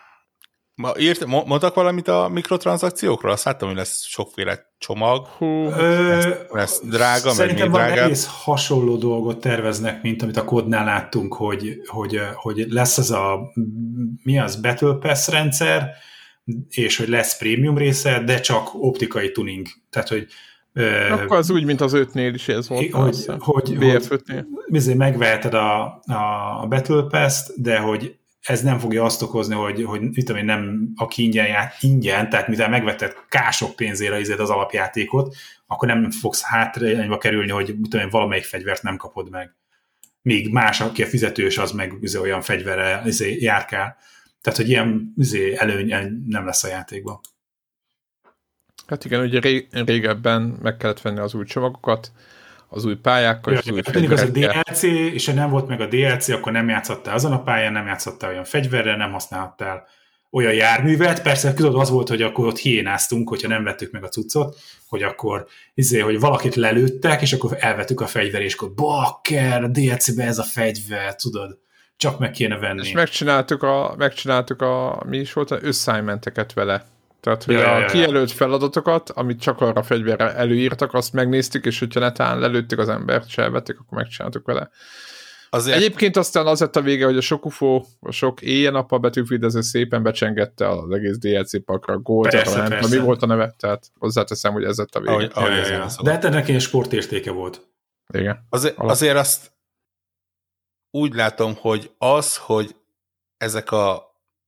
Mondtak valamit a mikrotranszakciókról? Azt láttam, hogy lesz sokféle csomag. Lesz drága, meg még drágább. Szerintem egész hasonló dolgot terveznek, mint amit a kodnál láttunk, hogy lesz az Battle Pass rendszer, és hogy lesz prémium része, de csak optikai tuning. Tehát, hogy akkor az úgy, mint az 5-nél is ez volt. Hogy BF5-nél. Megveheted a Battle Pass-t, de hogy ez nem fogja azt okozni, hogy nem aki ingyen, tehát mivel megvetted kások pénzére az alapjátékot, akkor nem fogsz hátrányba kerülni, hogy valamelyik fegyvert nem kapod meg. Míg más, aki a fizetős, az meg olyan fegyverre járkál. Tehát, hogy ilyen előny nem lesz a játékban. Hát igen, ugye régebben meg kellett venni az új csomagokat, az új pályákkal, és az új fegyverekkel. Az a DLC, és ha nem volt meg a DLC, akkor nem játszottál azon a pályán, nem játszottál olyan fegyverrel, nem használhattál olyan járművet. Persze tudod, az volt, hogy akkor ott hiénáztunk, hogyha nem vettük meg a cuccot, hogy akkor hogy valakit lelőttek, és akkor elvettük a fegyver, és akkor bakker, a DLC-be ez a fegyver, tudod, csak meg kéne venni. És megcsináltuk mi is volt, assignmenteket vele. Tehát, hogy a kijelölt feladatokat, amit csak arra a fegyverre előírtak, azt megnéztük, és hogyha netán lelőttük az embert, se elvették, akkor megcsináltuk vele. azért... Egyébként aztán az lett a vége, hogy a sok UFO, a sok éjjel-nappal betűfidező szépen becsengette az egész DLC pakra, Gold, mi volt a neve, tehát hozzáteszem, hogy ez lett a vége. De hát ennek ilyen sportértéke volt. Igen. Azért azt úgy látom, hogy hogy ezek a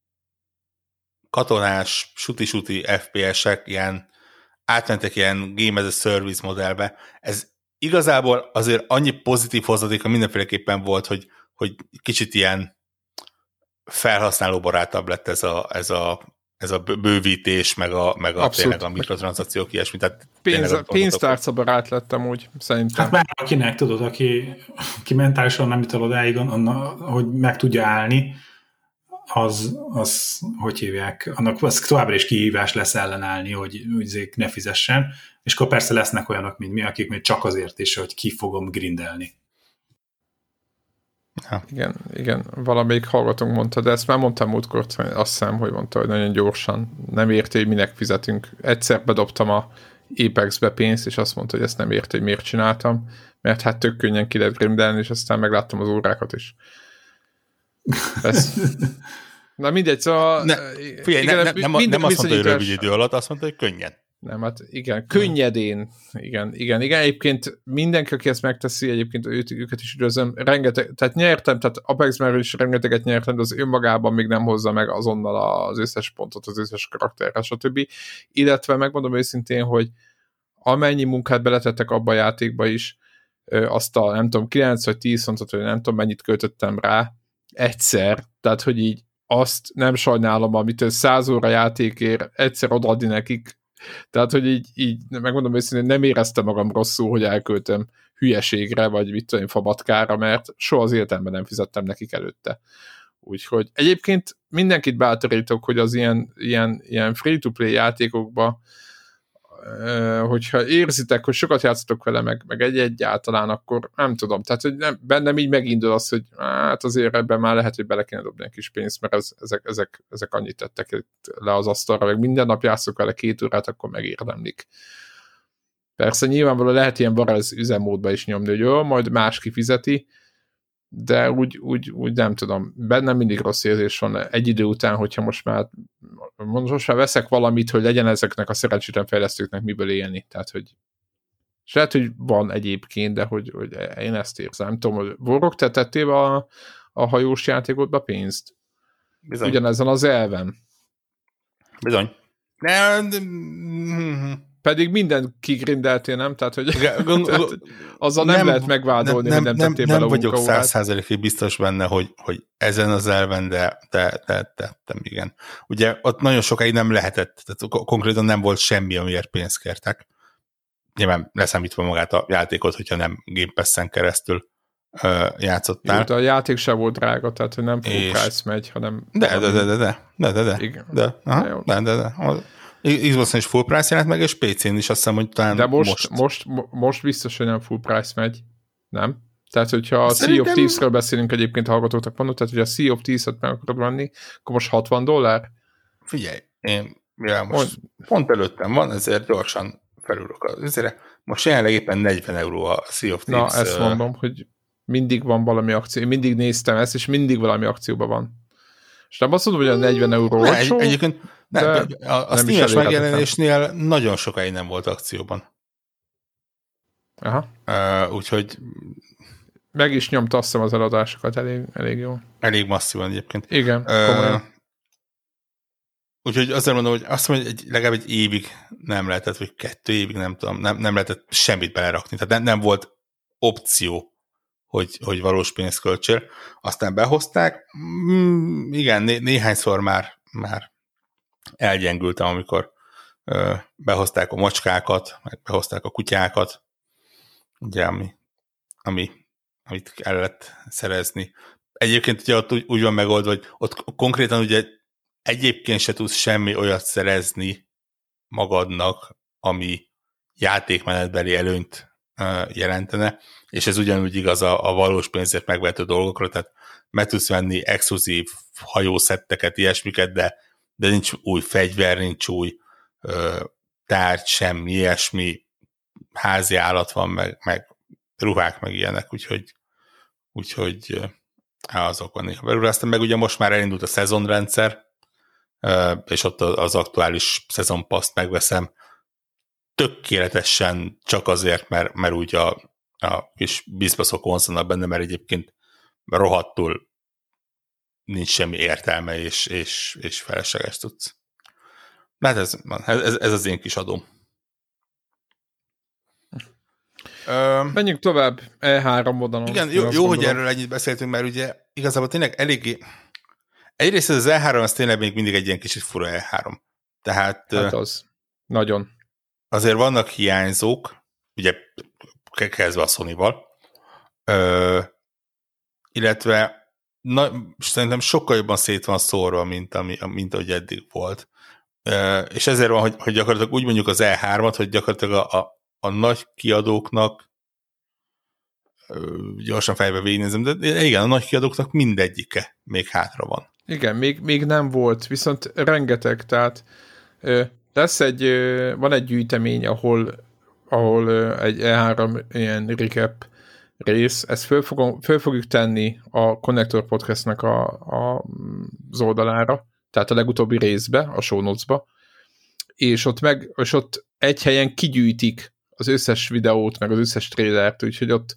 katonás, suti FPS-ek ilyen átmentek ilyen Game as a Service modellbe, ez igazából azért annyi pozitív hozadéka mindenféleképpen volt, hogy kicsit ilyen felhasználóbarátabb lett ez a bővítés, meg a tényleg a mikrotranszakciók, ilyesmi. Pénztárca barát lettem úgy, szerintem. Hát már akinek, tudod, aki mentálisan nem jut el odáig, hogy meg tudja állni, az hogy hívják, annak az továbbra is kihívás lesz ellenállni, hogy ne fizessen, és akkor persze lesznek olyanok, mint mi, akik még csak azért is, hogy ki fogom grindelni. Ja. Igen, valamelyik hallgatónk mondta, de ezt már mondtam múltkor, azt hiszem, hogy mondta, hogy nagyon gyorsan nem érti, hogy minek fizetünk. Egyszer bedobtam a Apex-be pénzt, és azt mondta, hogy ezt nem érti, hogy miért csináltam, mert hát tök könnyen ki lehet grindelni, és aztán megláttam az órákat is. Na mindegy, szóval... Figyelj, nem azt mondta, hogy rövid idő alatt, azt mondta, hogy könnyen. Nem, hát igen, könnyedén. Igen. Egyébként mindenki, aki ezt megteszi, egyébként őket is üdvözlöm. Rengeteg, tehát nyertem, tehát Apexben is rengeteget nyertem, de az önmagában még nem hozza meg azonnal az összes pontot, az összes karakterre, stb. Illetve megmondom őszintén, hogy amennyi munkát beletettek abba a játékba is, azt a, nem tudom, 9 vagy 10 pontot, vagy nem tudom, mennyit költöttem rá, egyszer, tehát, hogy így azt nem sajnálom, amitől 100 óra játékért egyszer odaadni nekik, tehát, hogy így megmondom őszintén, nem éreztem magam rosszul, hogy elköltöm hülyeségre, vagy mit tudom, fabatkára, mert soha az életemben nem fizettem nekik előtte. Úgyhogy egyébként mindenkit bátorítok, hogy az ilyen free-to-play játékokba, hogyha érzitek, hogy sokat játszatok vele, meg egyáltalán, akkor nem tudom, tehát hogy bennem így megindul az, hogy hát azért ebben már lehet, hogy bele kéne dobni egy kis pénzt, mert ezek annyit tettek le az asztalra, meg minden nap játszok vele 2 órát, akkor megérdemlik. Persze nyilvánvalóan lehet ilyen varázs üzemmódba is nyomni, hogy jó, majd más kifizeti, de úgy nem tudom, bennem mindig rossz érzés van egy idő után, hogyha most már veszek valamit, hogy legyen ezeknek a szerencsétlen fejlesztőknek miből élni, tehát hogy és lehet, hogy van egyébként, de hogy én ezt érzem. Nem tudom, hogy Vorog, te tettél a hajós játékodba pénzt? Bizony. Ugyanezen az elven. Bizony. Pedig minden kigrindeltél, nem? Tehát, hogy azzal nem lehet megvádolni, hogy nem tettél bele nem vagyok 100%-ig biztos benne, hogy ezen az elven, de igen. Ugye ott nagyon sokáig nem lehetett, tehát konkrétan nem volt semmi, amiért pénzt kértek. Nyilván leszámítva magát a játékot, hogyha nem Game Pass-en keresztül játszottál. Jó, de a játék sem volt drága, tehát hogy nem full price megy, hanem... De. Xbox-on is full price jelent meg, és PC-n is azt hiszem, hogy talán de most biztos, hogy nem full price megy. Nem? Tehát, hogyha a Sea of Thieves-ről beszélünk egyébként hallgatóknak mondott, tehát, hogy a Sea of Thieves-et meg akarod venni, akkor most $60? Figyelj, most pont előttem van, ezért gyorsan felülök az üzére. Most jelenleg éppen 40 euró a Sea of Thieves. Na, ezt mondom, hogy mindig van valami akció. Én mindig néztem ezt, és mindig valami akcióban van. És nem azt mondom, hogy a 40 euró olcsó, egyébként a Steam-es megjelenésnél nagyon sokáig nem volt akcióban. Aha. Úgyhogy meg is nyomta azt hiszem az eladásokat elég jól. Elég masszívan egyébként. Igen, komolyan. Úgyhogy azért mondom, hogy azt mondom, hogy legalább egy évig nem lehetett, vagy 2 évig, nem tudom, nem lehetett semmit belerakni. Tehát nem volt opció, hogy valós pénzt költsél. Aztán behozták, igen, néhányszor már elgyengültem, amikor behozták a macskákat, meg behozták a kutyákat, ugye, amit el lehet szerezni. Egyébként ugye ott úgy van megoldva, hogy ott konkrétan ugye egyébként se tudsz semmi olyat szerezni magadnak, ami játékmenetbeli előnyt jelentene, és ez ugyanúgy igaz a valós pénzért megvehető dolgokra, tehát meg tudsz venni exkluzív hajószetteket, ilyesmiket, de nincs új fegyver, nincs új tárgy, semmi ilyesmi, házi állat van, meg ruhák, meg ilyenek, úgyhogy úgyhogy azok van néha belül. Aztán meg ugye most már elindult a szezonrendszer, és ott az aktuális szezonpaszt megveszem tökéletesen csak azért, mert úgy a kis bizbaszok vonzanak benne, mert egyébként rohadtul nincs semmi értelme, és felesleges tudsz. Hát ez az én kis adóm. Menjünk tovább E3 oldalon. Igen, jó hogy erről ennyit beszéltünk, mert ugye igazából tényleg eléggé egyrészt ez az E3, az tényleg még mindig egy ilyen kicsit fura E3. Tehát hát az. Nagyon. Azért vannak hiányzók, ugye kezdve a Sony-val, illetve szerintem sokkal jobban szét van szórva, mint ahogy eddig volt. És ezért van, hogy gyakorlatilag úgy mondjuk az E3-at, hogy gyakorlatilag a nagy kiadóknak gyorsan fejbe végignézem, de igen, a nagy kiadóknak mindegyike még hátra van. Igen, még nem volt, viszont rengeteg, tehát van egy gyűjtemény, ahol egy E3 ilyen recap rész, ezt föl fogjuk tenni a Connector Podcastnek az oldalára, tehát a legutóbbi részbe, a show notes-ba, és ott egy helyen kigyűjtik az összes videót, meg az összes trailert, úgyhogy ott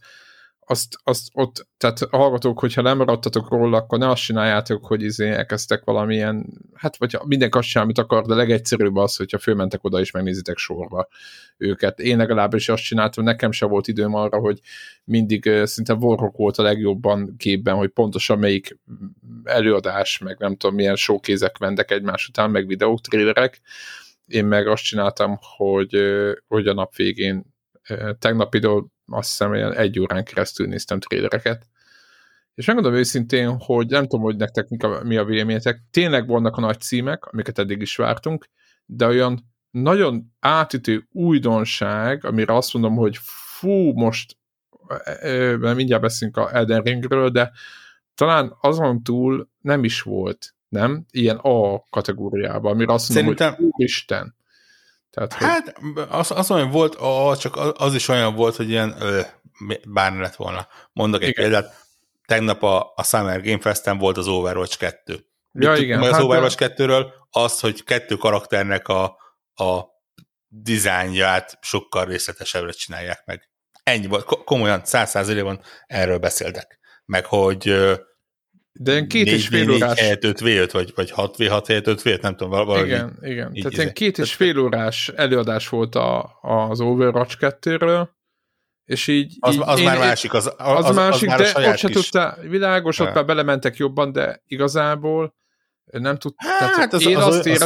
tehát a hallgatók, hogyha nem maradtatok róla, akkor ne azt csináljátok, hogy elkezdtek valamilyen, hát vagy mindenki azt csinál, amit akar, de legegyszerűbb az, hogyha fölmentek oda és megnézitek sorba őket. Én legalábbis azt csináltam, nekem se volt időm arra, hogy mindig szinte Warhawk volt a legjobban képben, hogy pontosan melyik előadás, meg nem tudom milyen showkézek mentek egymás után, meg videók, trailerek. Én meg azt csináltam, hogy a nap végén tegnap például azt hiszem, ilyen 1 órán keresztül néztem trailereket. És megmondom őszintén, hogy nem tudom, hogy nektek mi a véleményetek. Tényleg vannak a nagy címek, amiket eddig is vártunk, de olyan nagyon átütő újdonság, amire azt mondom, hogy most mindjárt beszélünk a Elden Ringről, de talán azon túl nem is volt, nem? Ilyen A kategóriában, amire azt mondom, hogy úristen. Tehát, hát az olyan volt, csak az is olyan volt, hogy ilyen bármi lett volna. Mondok egy példát, tegnap a Summer Game Festen volt az Overwatch 2. Ja, igen. Az Overwatch 2-ről az, hogy 2 karakternek a dizájnját sokkal részletesebbre csinálják meg. Ennyi volt. Komolyan 100%-ban erről beszéltek. Meg, hogy de 2,5 órás... 5v5, vagy 6v6 5v5, nem tudom, valahogy. Igen. Tehát ilyen 2,5 órás előadás volt az Overwatch 2-ről, és így... Az már másik, az másik, már de ott se tudta, világos, ott már belementek jobban, de igazából nem tudtam. Hát én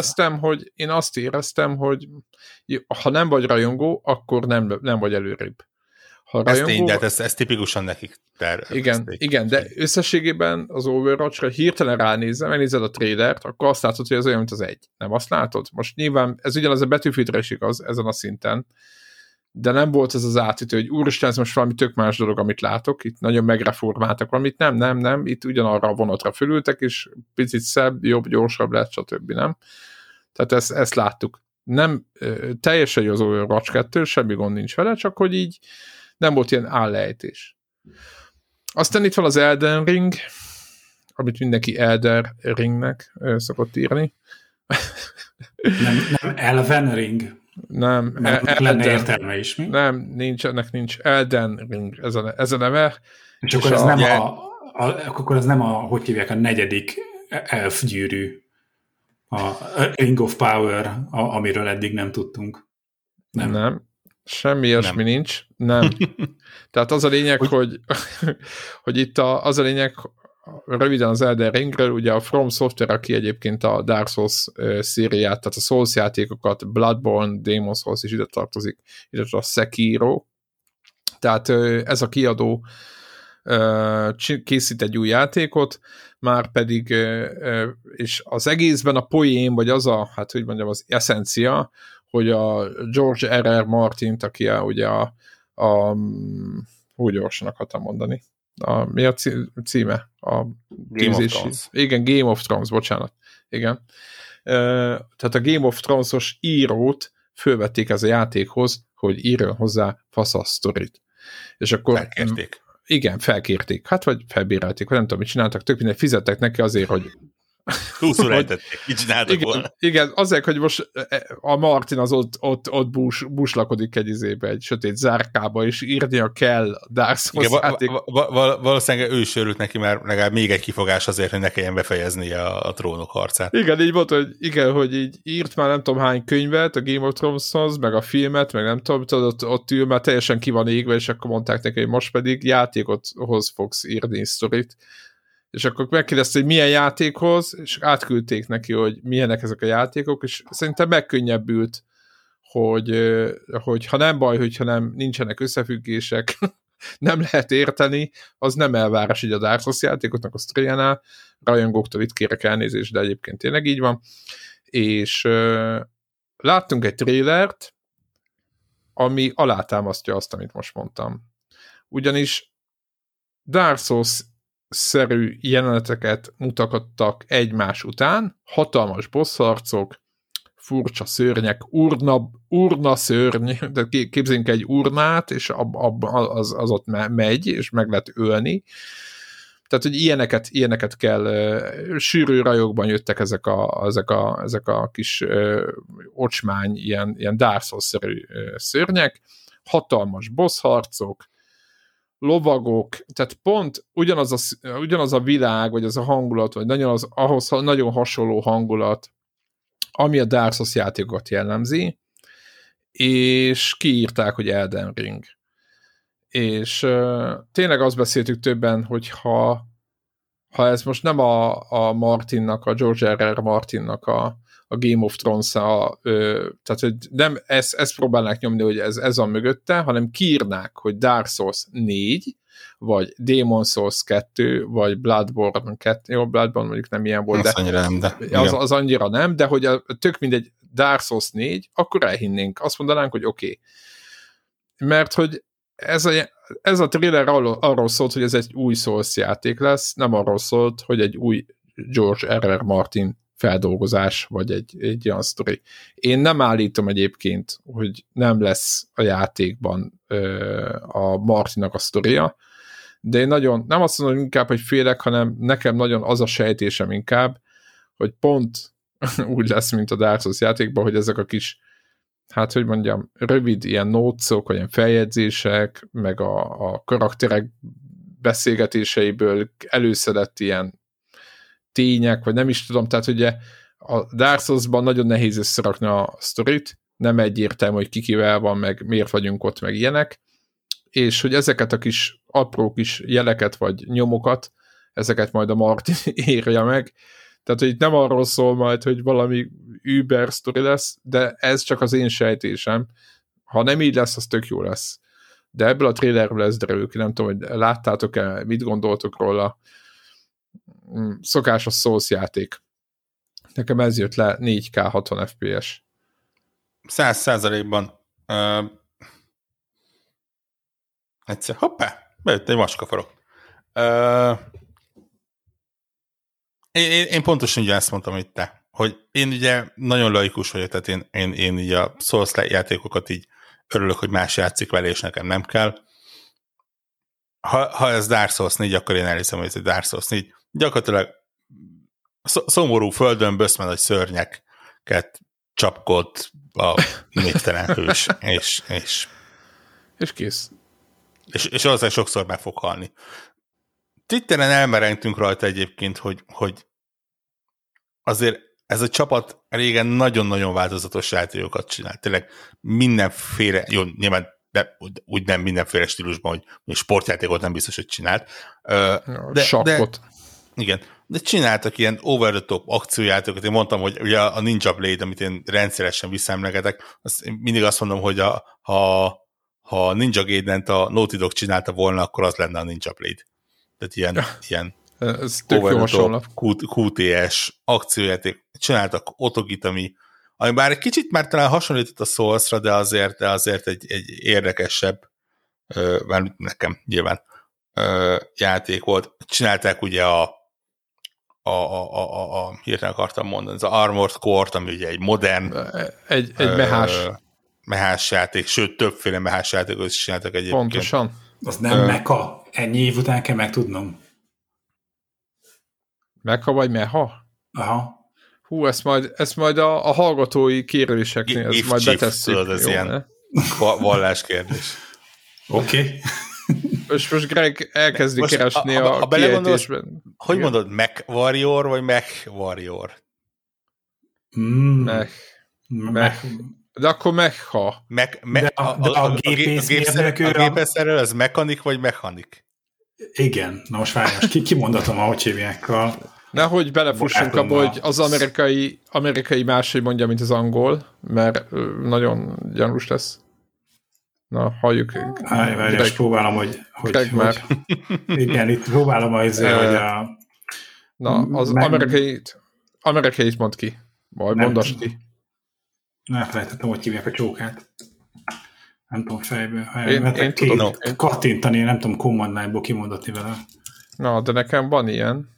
azt éreztem, hogy ha nem vagy rajongó, akkor nem vagy előrébb. Ez tény, de ez tipikusan nekik tervezték. Igen, de összességében az Overwatch-ra hirtelen ránézve, megnézed a trailert, akkor azt látod, hogy ez olyan, mint az 1. Nem azt látod? Most nyilván ez ugyanaz a Battlefieldre is igaz ezen a szinten, de nem volt ez az átütő, hogy úristen, ez most valami tök más dolog, amit látok, itt nagyon megreformáltak valamit, nem, itt ugyanarra a vonatra fölültek, és picit szebb, jobb, gyorsabb lett, stb. Nem? Tehát ezt láttuk. Nem teljesen jó az Overwatch 2, semmi gond nincs vele, csak hogy így nem volt ilyen állejtés. Aztán itt van az Elden Ring, amit mindenki Elder Ringnek szokott írni. Nem Elven Ring? Nem. Lenne értelme is, mi? Nem, nincs. Elden Ring, ez a neve. És akkor ez nem hogy hívják, a 4. elfgyűrű, a Ring of Power, amiről eddig nem tudtunk. Nem. Semmi ilyesmi nincs. Nem. Tehát az a lényeg, hogy itt az a lényeg, röviden az Elden Ringről, ugye a From Software, aki egyébként a Dark Souls szériát, tehát a Souls játékokat, Bloodborne, Demon's Souls is ide tartozik, illetve a Sekiro. Tehát ez a kiadó készít egy új játékot, már pedig, és az egészben a poén, vagy az az eszencia, hogy a George R.R. Martint, aki ugye úgy gyorsan akartam mondani. Mi a címe? Game of Thrones. Igen, Game of Thrones, bocsánat. Igen. Tehát a Game of Thrones-os írót fölvették ez a játékhoz, hogy írjon hozzá fasz a sztorit. És akkor... Felkérték. igen, felkérték, hát vagy felbérelték, vagy nem tudom, mit csináltak, tök mindegy, fizettek neki azért, hogy Húszul ejtették, mit csináltak volna. Igen, azért, hogy most a Martin az ott buslakodik egy sötét zárkába, és írnia kell Dark Souls játék. Valószínűleg ő is örült neki, mert legalább még egy kifogás azért, hogy ne kelljen befejezni a trónok harcát. Igen, így volt, hogy igen, hogy így írt már nem tudom hány könyvet, a Game of Thrones-hoz, meg a filmet, meg nem tudom, ott ül, már teljesen ki van égve, és akkor mondták neki, hogy most pedig játékothoz fogsz írni sztorit. És akkor megkérdezte, hogy milyen játékhoz, és átküldték neki, hogy milyenek ezek a játékok, és szerintem megkönnyebbült, hogy ha nem baj, hogyha nincsenek összefüggések, nem lehet érteni, az nem elvárás így a Dark Souls játékoknak a sztoriánál. Rajongóktól itt kérek elnézést, de egyébként tényleg így van. És láttunk egy trailert, ami alátámasztja azt, amit most mondtam. Ugyanis Dark Souls-szerű jeleneteket mutattak egymás után, hatalmas bosszharcok, furcsa szörnyek, urna szörny, de képzeljünk egy urnát, és az ott megy, és meg lehet ölni. Tehát, hogy ilyeneket kell, sűrű rajokban jöttek ezek a kis ocsmány, ilyen Dark Souls-szerű szörnyek, hatalmas bosszharcok, lovagok, tehát pont ugyanaz a világ, vagy az a hangulat, vagy ahhoz nagyon hasonló hangulat, ami a Dark Souls játékokat jellemzi, és kiírták, hogy Elden Ring. És tényleg azt beszéltük többen, hogy ha ez most nem a Martinnak, a George R.R. Martinnak a Game of Thrones, tehát hogy nem ezt próbálnák nyomni, hogy ez a mögötte, hanem kiírnák, hogy Dark Souls 4, vagy Demon Souls 2, vagy Bloodborne 2, jó, Bloodborne mondjuk nem ilyen volt, az annyira nem, de az annyira nem, de hogy tök mindegy Dark Souls 4, akkor elhinnénk, azt mondanánk, hogy oké. Mert hogy ez a trailer arról szólt, hogy ez egy új Souls játék lesz, nem arról szólt, hogy egy új George R.R. Martin feldolgozás, vagy egy olyan sztori. Én nem állítom egyébként, hogy nem lesz a játékban a Martinnak a sztoria, de én nagyon, nem azt mondom inkább, hogy félek, hanem nekem nagyon az a sejtésem inkább, hogy pont úgy lesz, mint a Dark Souls játékban, hogy ezek a kis, hát hogy mondjam, rövid ilyen nótszok, vagy ilyen feljegyzések, meg a karakterek beszélgetéseiből előszedett ilyen tények, vagy nem is tudom, tehát ugye a Dark Souls-ban nagyon nehéz összerakni a sztorit, nem egyértelmű, hogy kikivel van, meg miért vagyunk ott, meg ilyenek, és hogy ezeket a kis apró kis jeleket, vagy nyomokat, ezeket majd a Martin írja meg, tehát hogy itt nem arról szól majd, hogy valami Uber sztori lesz, de ez csak az én sejtésem. Ha nem így lesz, az tök jó lesz. De ebből a trailerből ez derül ki, nem tudom, hogy láttátok-e, mit gondoltok róla. Szokásos Souls játék. Nekem ez jött le 4K 60 FPS. 100%-ban egyszer, hoppá, bejött egy macskafarok. Én pontosan ugye ezt mondtam itt te, hogy én ugye nagyon laikus vagyok, tehát én így a Souls játékokat így örülök, hogy más játszik vele, és nekem nem kell. Ha ez Dark Souls 4, akkor én elhiszem, hogy ez egy Dark Souls 4. Gyakorlatilag szomorú földön böszmen nagy szörnyeket csapkod a névtelen hős, és kész. És azért sokszor meg fog halni. Twitteren elmerengtünk rajta egyébként, hogy azért ez a csapat régen nagyon-nagyon változatos játékokat csinált. Tényleg mindenféle, jó, nyilván de úgy nem mindenféle stílusban, hogy sportjátékot nem biztos, hogy csinált. Sakkot. Igen, de csináltak ilyen over-the-top akciójátékokat. Én mondtam, hogy ugye a Ninja Blade, amit én rendszeresen visszaemlegetek, mindig azt mondom, hogy ha Ninja Gaiden-t a Naughty Dog csinálta volna, akkor az lenne a Ninja Blade. Tehát ilyen over-the-top QTS akciójáték. Csináltak Otogit, ami bár egy kicsit már talán hasonlított a Souls-ra, de azért egy érdekesebb, már nekem nyilván játék volt. Csinálták ugye hirtelen akartam mondani, az Armored Core-t, ami ugye egy modern egy mehás játék, sőt többféle mehás játékot is csináltak egyébként. Pontosan. Az nem mecha, ennyi év után kell megtudnom. Megha vagy meha? Aha. Hú, ezt majd a hallgatói kérvéseknél ezt majd betesszük. Tudod, ez ilyen valláskérdés. Oké. Most Greg elkezdi keresni a kiejtésben. Hogy mondod, Mac Warrior, vagy Mac Warrior? Mech. De akkor mecha. A gépészmérnök az mechanik, vagy mechanik? Igen. Na most várj, kimondatom, ahogy hívják Nehogy belefussunk abba, hogy az amerikai máshogy mondja, mint az angol, mert nagyon gyanús lesz. Na, halljuk. Várj, próbálom, hogy igen, itt próbálom hogy a... Na, az amerikait mond ki. Vagy mondast ki. Elfelejtettem, hogy hívják a csókát. Nem tudom fejből. Én tudom. Kattintani, nem tudom command line-ból kimondatni vele. Na, de nekem van ilyen.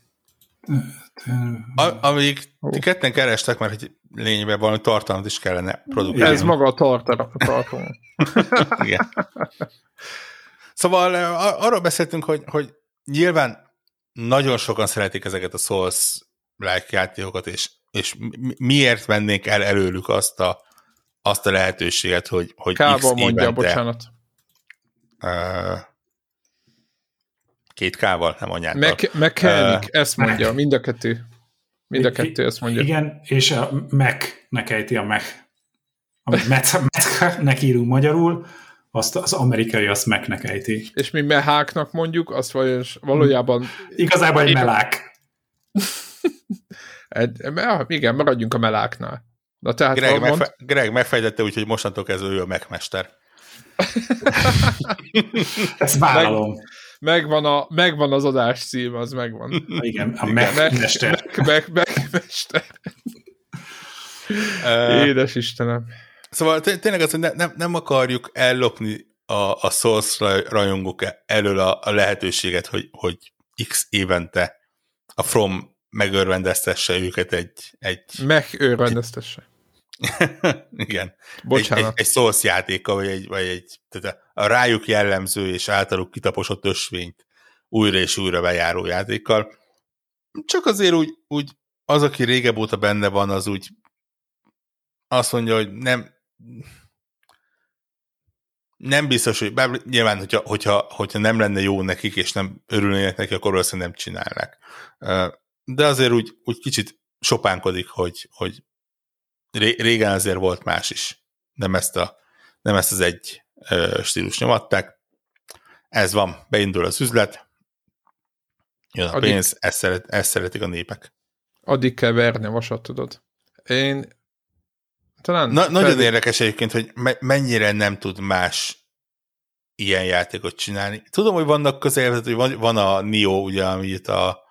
Amíg ti ketten kerestek, mert hogy lényegében valami tartalmat is kellene produkálni. Ez maga a tartalom. Igen. Szóval arról beszéltünk, hogy nyilván nagyon sokan szeretik ezeket a Souls-like játékokat, és miért vennénk el előlük azt a lehetőséget, hogy K-val mondja, bocsánat. 2K-val, nem anyától. Mechanic, ezt mondja, mind a kettő. Mind a kettő ezt mondja. Igen, és a Mac-nek ejti a Mac. Amit Mac-nek írunk magyarul, azt az amerikai azt Mac-nek ejti. És mi meháknak mondjuk, azt valójában... Igazából egy melák. Igen, maradjunk a meláknál. Na, tehát Greg megfejtette, úgyhogy mostantól kezdve ő a Mac-mester. Ezt vállalom. Megvan az adás cím, az megvan. Igen, a Mac-mester. Mac-mester. Édes Istenem. Szóval tényleg az, hogy nem akarjuk ellopni a Souls rajongók elől a lehetőséget, hogy x évente a From megörvendeztesse őket egy megörvendeztesse. Igen. Bocsánat. Egy Souls játéka, vagy tehát a rájuk jellemző és általuk kitaposott ösvényt újra és újra bejáró játékkal. Csak azért úgy az, aki régebb óta benne van, az úgy azt mondja, hogy nem biztos, hogy bár nyilván, hogyha nem lenne jó nekik, és nem örülnének neki, akkor valószínűleg nem csinálnak. De azért úgy kicsit sopánkodik, hogy régen azért volt más is. Nem ezt az egy stílus nyomatták. Ez van, beindul az üzlet, jön a pénz, ezt szeretik a népek. Addig kell verni a vasat, tudod. Én talán... Nagyon érdekes egyébként, hogy mennyire nem tud más ilyen játékot csinálni. Tudom, hogy vannak közel, hogy van a Nioh, ugye, amit a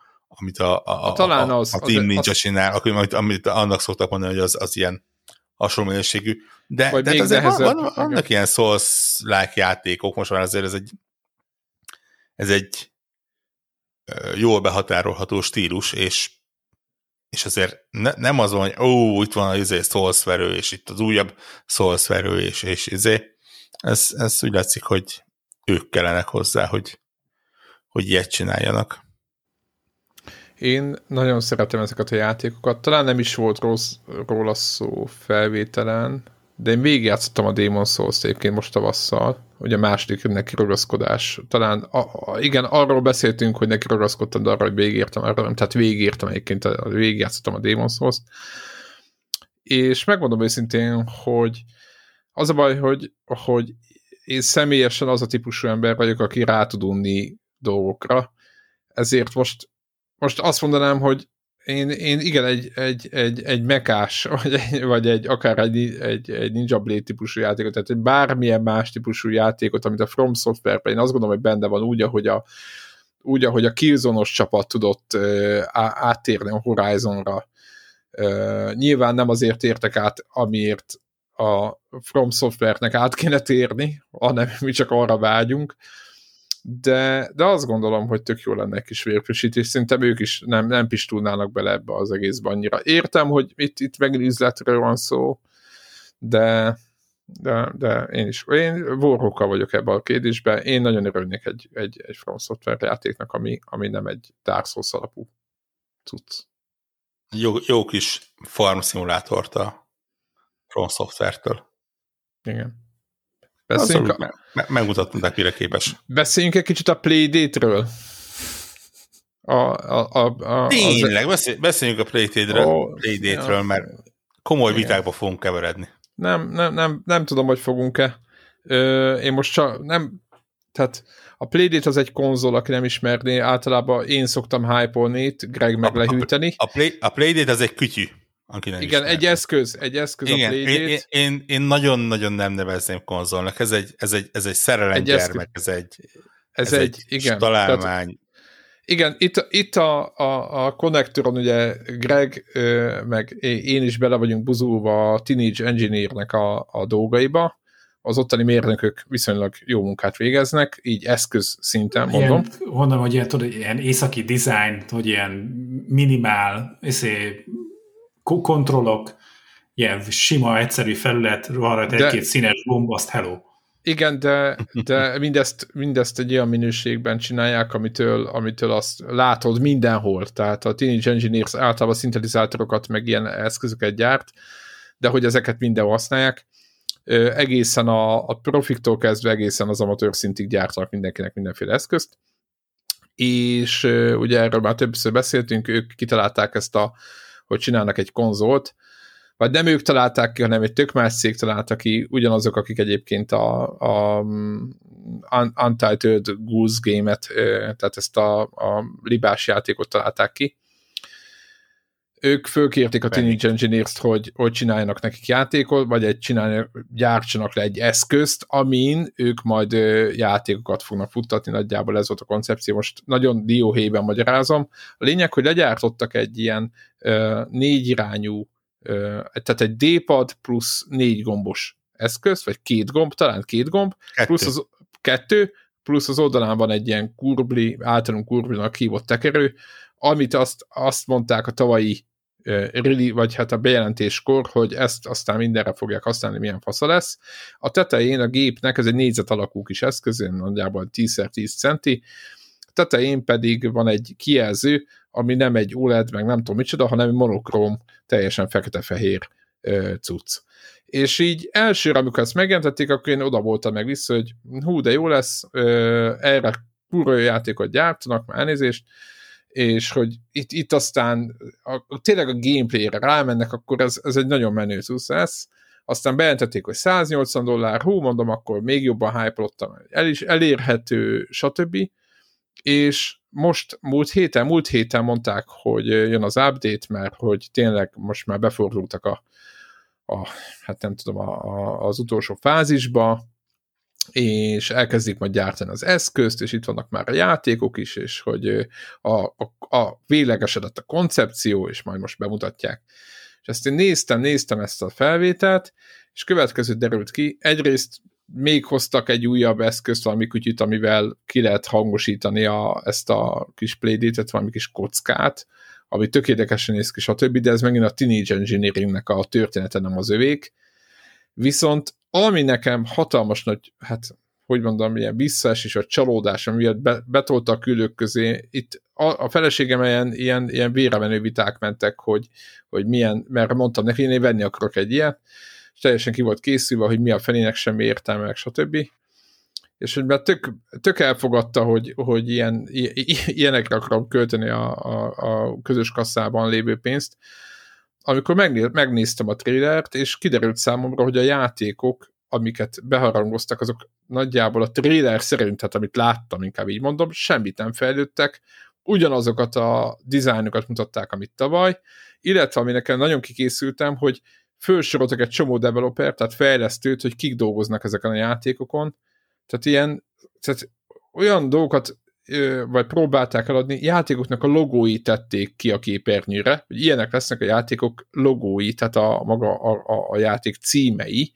Team Ninja csinál, amit annak szoktak mondani, hogy az ilyen hasonló minőségű. De azért vannak ilyen Souls-like játékok, most már azért ez egy jól behatárolható stílus, és azért nem az van, hogy itt van az Souls-verő, és itt az újabb Souls-verő, és ez úgy látszik, hogy ők kellenek hozzá, hogy ilyet csináljanak. Én nagyon szeretem ezeket a játékokat. Talán nem is volt róla szó felvételen, de én végigjátszottam a Demon's Souls-t egyébként most tavasszal, ugye a második neki ragaszkodás. Talán, igen, arról beszéltünk, hogy neki ragaszkodtam, de arra, hogy végigértem egyébként, végigjátszottam a Demon's Souls-t. És megmondom őszintén, hogy az a baj, hogy én személyesen az a típusú ember vagyok, aki rá tud unni dolgokra. Ezért most azt mondanám, hogy én igen, egy mekás, vagy akár egy Ninja Blade típusú játékot, tehát egy bármilyen más típusú játékot, amit a From Software-ben, én azt gondolom, hogy benne van úgy, ahogy a Killzone-os csapat tudott áttérni a Horizonra. Nyilván nem azért értek át, amiért a From Software-nek át kéne térni, hanem mi csak arra vágyunk, de azt gondolom, hogy tök jó lenne egy kis vérfrissítés, szerintem ők is nem pistulnának bele ebbe az egészbe annyira. Értem, hogy itt megint üzletről van szó, de De én Warhawkkal vagyok ebben a kérdésben. Én nagyon örülnék egy From Software játéknak, ami nem egy Dark Souls alapú cucc. Jó kis farm szimulátort a From Software-től. Igen. Megmutatták, mire képes. Beszéljünk egy kicsit a Playdate-ről. Tényleg, beszéljünk a Playdate-ről, mert komoly vitákba fogunk keveredni. Nem tudom, hogy fogunk-e. Én most csak nem... Tehát a Playdate az egy konzol, aki nem ismerné, általában én szoktam hype-olni itt, Greg meg lehűteni. A Playdate az egy kütyű, aki nem igen, ismer. egy esküz igen, a Playdate. Én nagyon-nagyon nem nevezném konzolnak, ez egy szerelemgyermek, ez egy találmány. Tehát, igen, itt a konnektoron ugye Greg, meg én is bele vagyunk buzulva a Teenage Engineer-nek a dolgaiba, az ottani mérnökök viszonylag jó munkát végeznek, így eszköz szinten mondom. Mondom, hogy ilyen északi design, hogy ilyen minimál kontrollok, ilyen sima, egyszerű felület, van rajta egy-két színes gomb, azt hello. Igen, de mindezt egy olyan minőségben csinálják, amitől azt látod mindenhol. Tehát a Teenage Engineers általában szintetizátorokat, meg ilyen eszközöket gyárt, de hogy ezeket mindenhol használják. Egészen a profiktól kezdve egészen az amatőr szintig gyártanak mindenkinek mindenféle eszközt. És ugye erről már többször beszéltünk, ők kitalálták ezt hogy csinálnak egy konzolt, vagy nem ők találták ki, hanem egy tök más cég találta ki, ugyanazok, akik egyébként a Untitled Goose Game-et, tehát ezt a libás játékot találták ki. Ők fölkérték a Teenage Engineers-t, hogy csináljanak nekik játékot, vagy gyártsanak le egy eszközt, amin ők majd játékokat fognak futtatni, nagyjából ez volt a koncepció, most nagyon dióhéjben magyarázom. A lényeg, hogy legyártottak egy ilyen 4 irányú, tehát egy D-pad plusz 4 gombos eszköz, vagy 2 gomb, talán 2 gomb, plusz az oldalán van egy ilyen általunk kurblinak hívott tekerő, amit azt mondták a tavalyi vagy hát a bejelentéskor, hogy ezt aztán mindenre fogják használni, milyen fasza lesz. A tetején a gépnek, ez egy négyzet alakú kis eszköz, nagyjából 10x10 centi, tetején pedig van egy kijelző, ami nem egy OLED, meg nem tudom micsoda, hanem egy monokróm, teljesen fekete-fehér cucc. És így elsőre, amikor ezt megjelentették, akkor én oda voltam meg vissza, hogy hú, de jó lesz, erre kurva jó játékot gyártanak, már elnézést, és hogy itt aztán tényleg a gameplayre rámennek, akkor ez egy nagyon menő cucc lesz. Aztán bejelentették, hogy $180, hú, mondom, akkor még jobban hype-oltam, elérhető, stb. És most múlt héten mondták, hogy jön az update, mert hogy tényleg most már befordultak hát nem tudom, az utolsó fázisba, és elkezdik majd gyártani az eszközt, és itt vannak már a játékok is, és hogy a véglegesedett a koncepció, és majd most bemutatják. És ezt én néztem ezt a felvételt, és következő derült ki, egyrészt még hoztak egy újabb eszközt, valami kutyut, amivel ki lehet hangosítani ezt a kis Playdate-et, valami kis kockát, ami tök érdekesen néz ki, stb., de ez megint a Teenage Engineeringnek a története, nem az övék. Viszont ami nekem hatalmas nagy, hát hogy mondom, ilyen visszaesés vagy csalódás, amiért betolta a küldők közé, itt a feleségem ilyen véremenő viták mentek, hogy milyen, mert mondtam neki, én venni akarok egy ilyet, és teljesen ki volt készülve, hogy mi a felének semmi értelme, meg stb. És hogy már tök elfogadta, hogy ilyenekre akarom költeni a közös kasszában lévő pénzt. Amikor megnéztem a trailert, és kiderült számomra, hogy a játékok, amiket beharangoztak, azok nagyjából a trailer szerint, hát amit láttam, inkább így mondom, semmit nem fejlődtek, ugyanazokat a dizájnokat mutatták, amit tavaly, illetve ami nekem nagyon kikészültem, hogy fölsoroltak egy csomó developer, tehát fejlesztőt, hogy kik dolgoznak ezeken a játékokon, tehát olyan dolgokat vagy próbálták eladni, játékoknak a logói tették ki a képernyőre, hogy ilyenek lesznek a játékok logói, tehát a játék címei.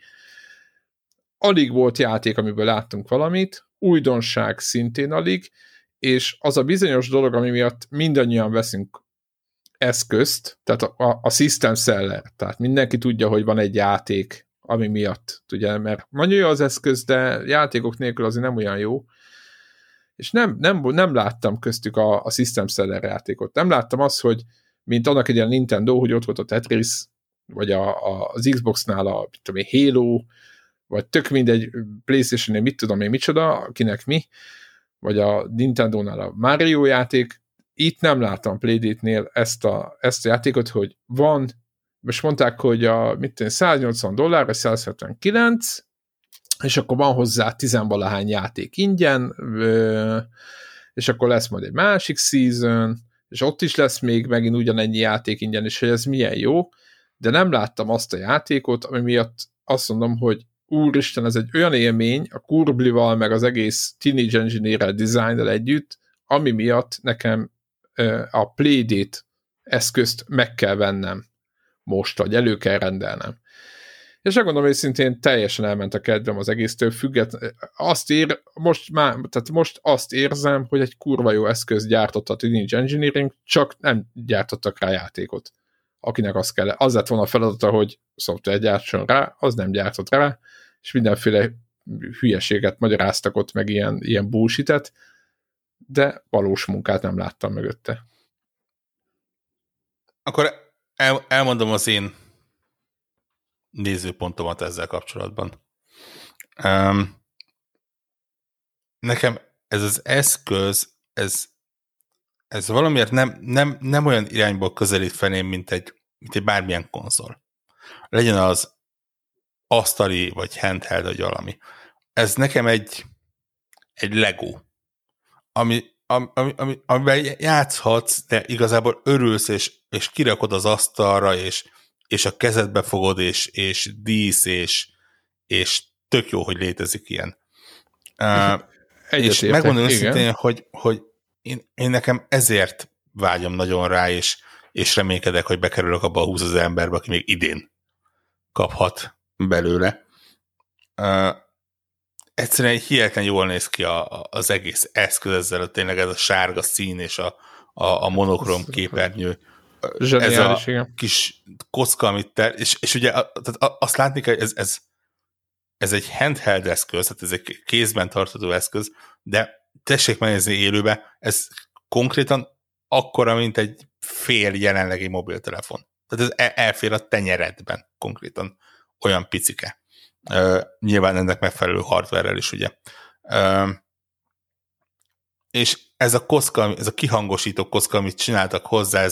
Alig volt játék, amiből láttunk valamit, újdonság szintén alig, és az a bizonyos dolog, ami miatt mindannyian veszünk eszközt, tehát a system seller, tehát mindenki tudja, hogy van egy játék, ami miatt, ugye, mert nagyon jó az eszköz, de játékok nélkül azért nem olyan jó, és nem láttam köztük a System Seller játékot. Nem láttam azt, hogy mint annak egy ilyen Nintendo, hogy ott volt a Tetris, vagy az Xbox-nál a Halo, vagy tök mindegy PlayStation-nél mit tudom én micsoda, kinek mi, vagy a Nintendo-nál a Mario játék. Itt nem láttam Playdate-nél ezt a játékot, hogy van, most mondták, hogy $180 vagy 179, és akkor van hozzá 10-valahány játék ingyen, és akkor lesz majd egy másik season, és ott is lesz még megint ugyanennyi játék ingyen, és hogy ez milyen jó, de nem láttam azt a játékot, ami miatt azt mondom, hogy úristen, ez egy olyan élmény, a kurblival, meg az egész Teenage Engineer-rel, design-rel együtt, ami miatt nekem a Playdate eszközt meg kell vennem most, vagy elő kell rendelnem. És megmondom őszintén, teljesen elment a kedvem az egésztől függetlenül. Most azt érzem, hogy egy kurva jó eszköz gyártott a Teenage Engineering, csak nem gyártottak rá játékot. Akinek az lett volna a feladata, hogy szoftver gyártson rá, az nem gyártott rá, és mindenféle hülyeséget magyaráztak ott, meg ilyen bullshit-et, de valós munkát nem láttam mögötte. Akkor elmondom az én nézőpontomat ezzel kapcsolatban. Nekem ez az eszköz, ez valamiért nem olyan irányból közelít felém, mint egy bármilyen konzol. Legyen az asztali, vagy handheld, vagy valami. Ez nekem egy Lego, amiben játszhatsz, de igazából örülsz, és kirakod az asztalra, és a kezedbe fogod, és dísz, és tök jó, hogy létezik ilyen. És megmondom őszintén, hogy én nekem ezért vágyom nagyon rá, és reménykedek, hogy bekerülök abba a 20 000 emberbe, aki még idén kaphat belőle. Egyszerűen hihetetlen jól néz ki az egész eszköz, ezzel tényleg ez a sárga szín, és a monokrom képernyő. Zseniális, ez a kis kocka, amit és ugye azt látni kell, ez egy handheld eszköz, tehát ez egy kézben tartható eszköz, de tessék megnézni élőbe, ez konkrétan akkora, mint egy fél jelenlegi mobiltelefon. Tehát ez elfér a tenyeredben konkrétan, olyan picike. Nyilván ennek megfelelő hardware-rel is, ugye. És ez a kocka, ez a kihangosító kocka, amit csináltak hozzá,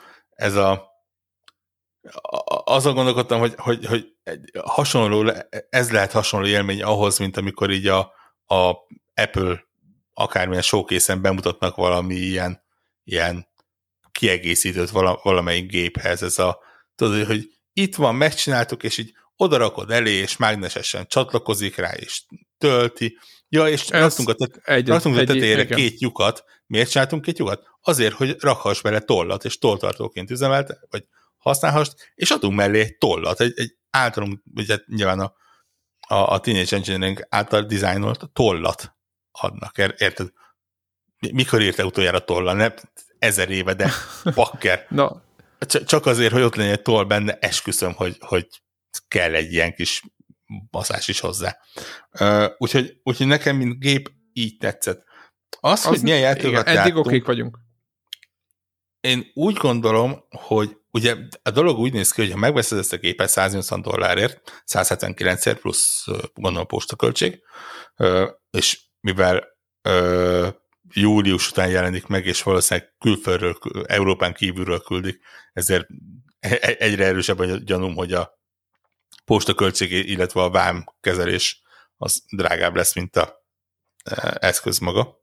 azon gondolkodtam, hogy hasonló, ez lehet hasonló élmény ahhoz, mint amikor így a Apple akármilyen showcase-en bemutatnak valami ilyen kiegészítőt valamelyik géphez. Tudod, hogy itt van, megcsináltuk, és így odarakod elé, és mágnesesen csatlakozik rá, és tölti. Ja, és raktunk a tetejére 2 lyukat. Miért csináltunk 2 lyukat? Azért, hogy rakhass bele tollat, és tolltartóként üzemelte, vagy használhass, és adunk mellé egy tollat, egy általunk, ugye nyilván a Teenage Engineering által dizájnolt tollat adnak. Érted? Mikor írta utoljára tollat? Nem 1000 éve, de bakker. No. Csak azért, hogy ott legyen egy toll benne, esküszöm, hogy kell egy ilyen kis baszás is hozzá. Úgyhogy nekem, mint gép, így tetszett. Hogy milyen játékokat játszunk. Eddig okék vagyunk. Én úgy gondolom, hogy ugye a dolog úgy néz ki, hogy ha megveszed ezt a gépet $180, 179 plusz gondolom postaköltség, és mivel július után jelenik meg, és valószínűleg külföldről, Európán kívülről küldik, ezért egyre erősebb a gyanúm, hogy a postaköltség, illetve a vám kezelés az drágább lesz, mint az eszköz maga.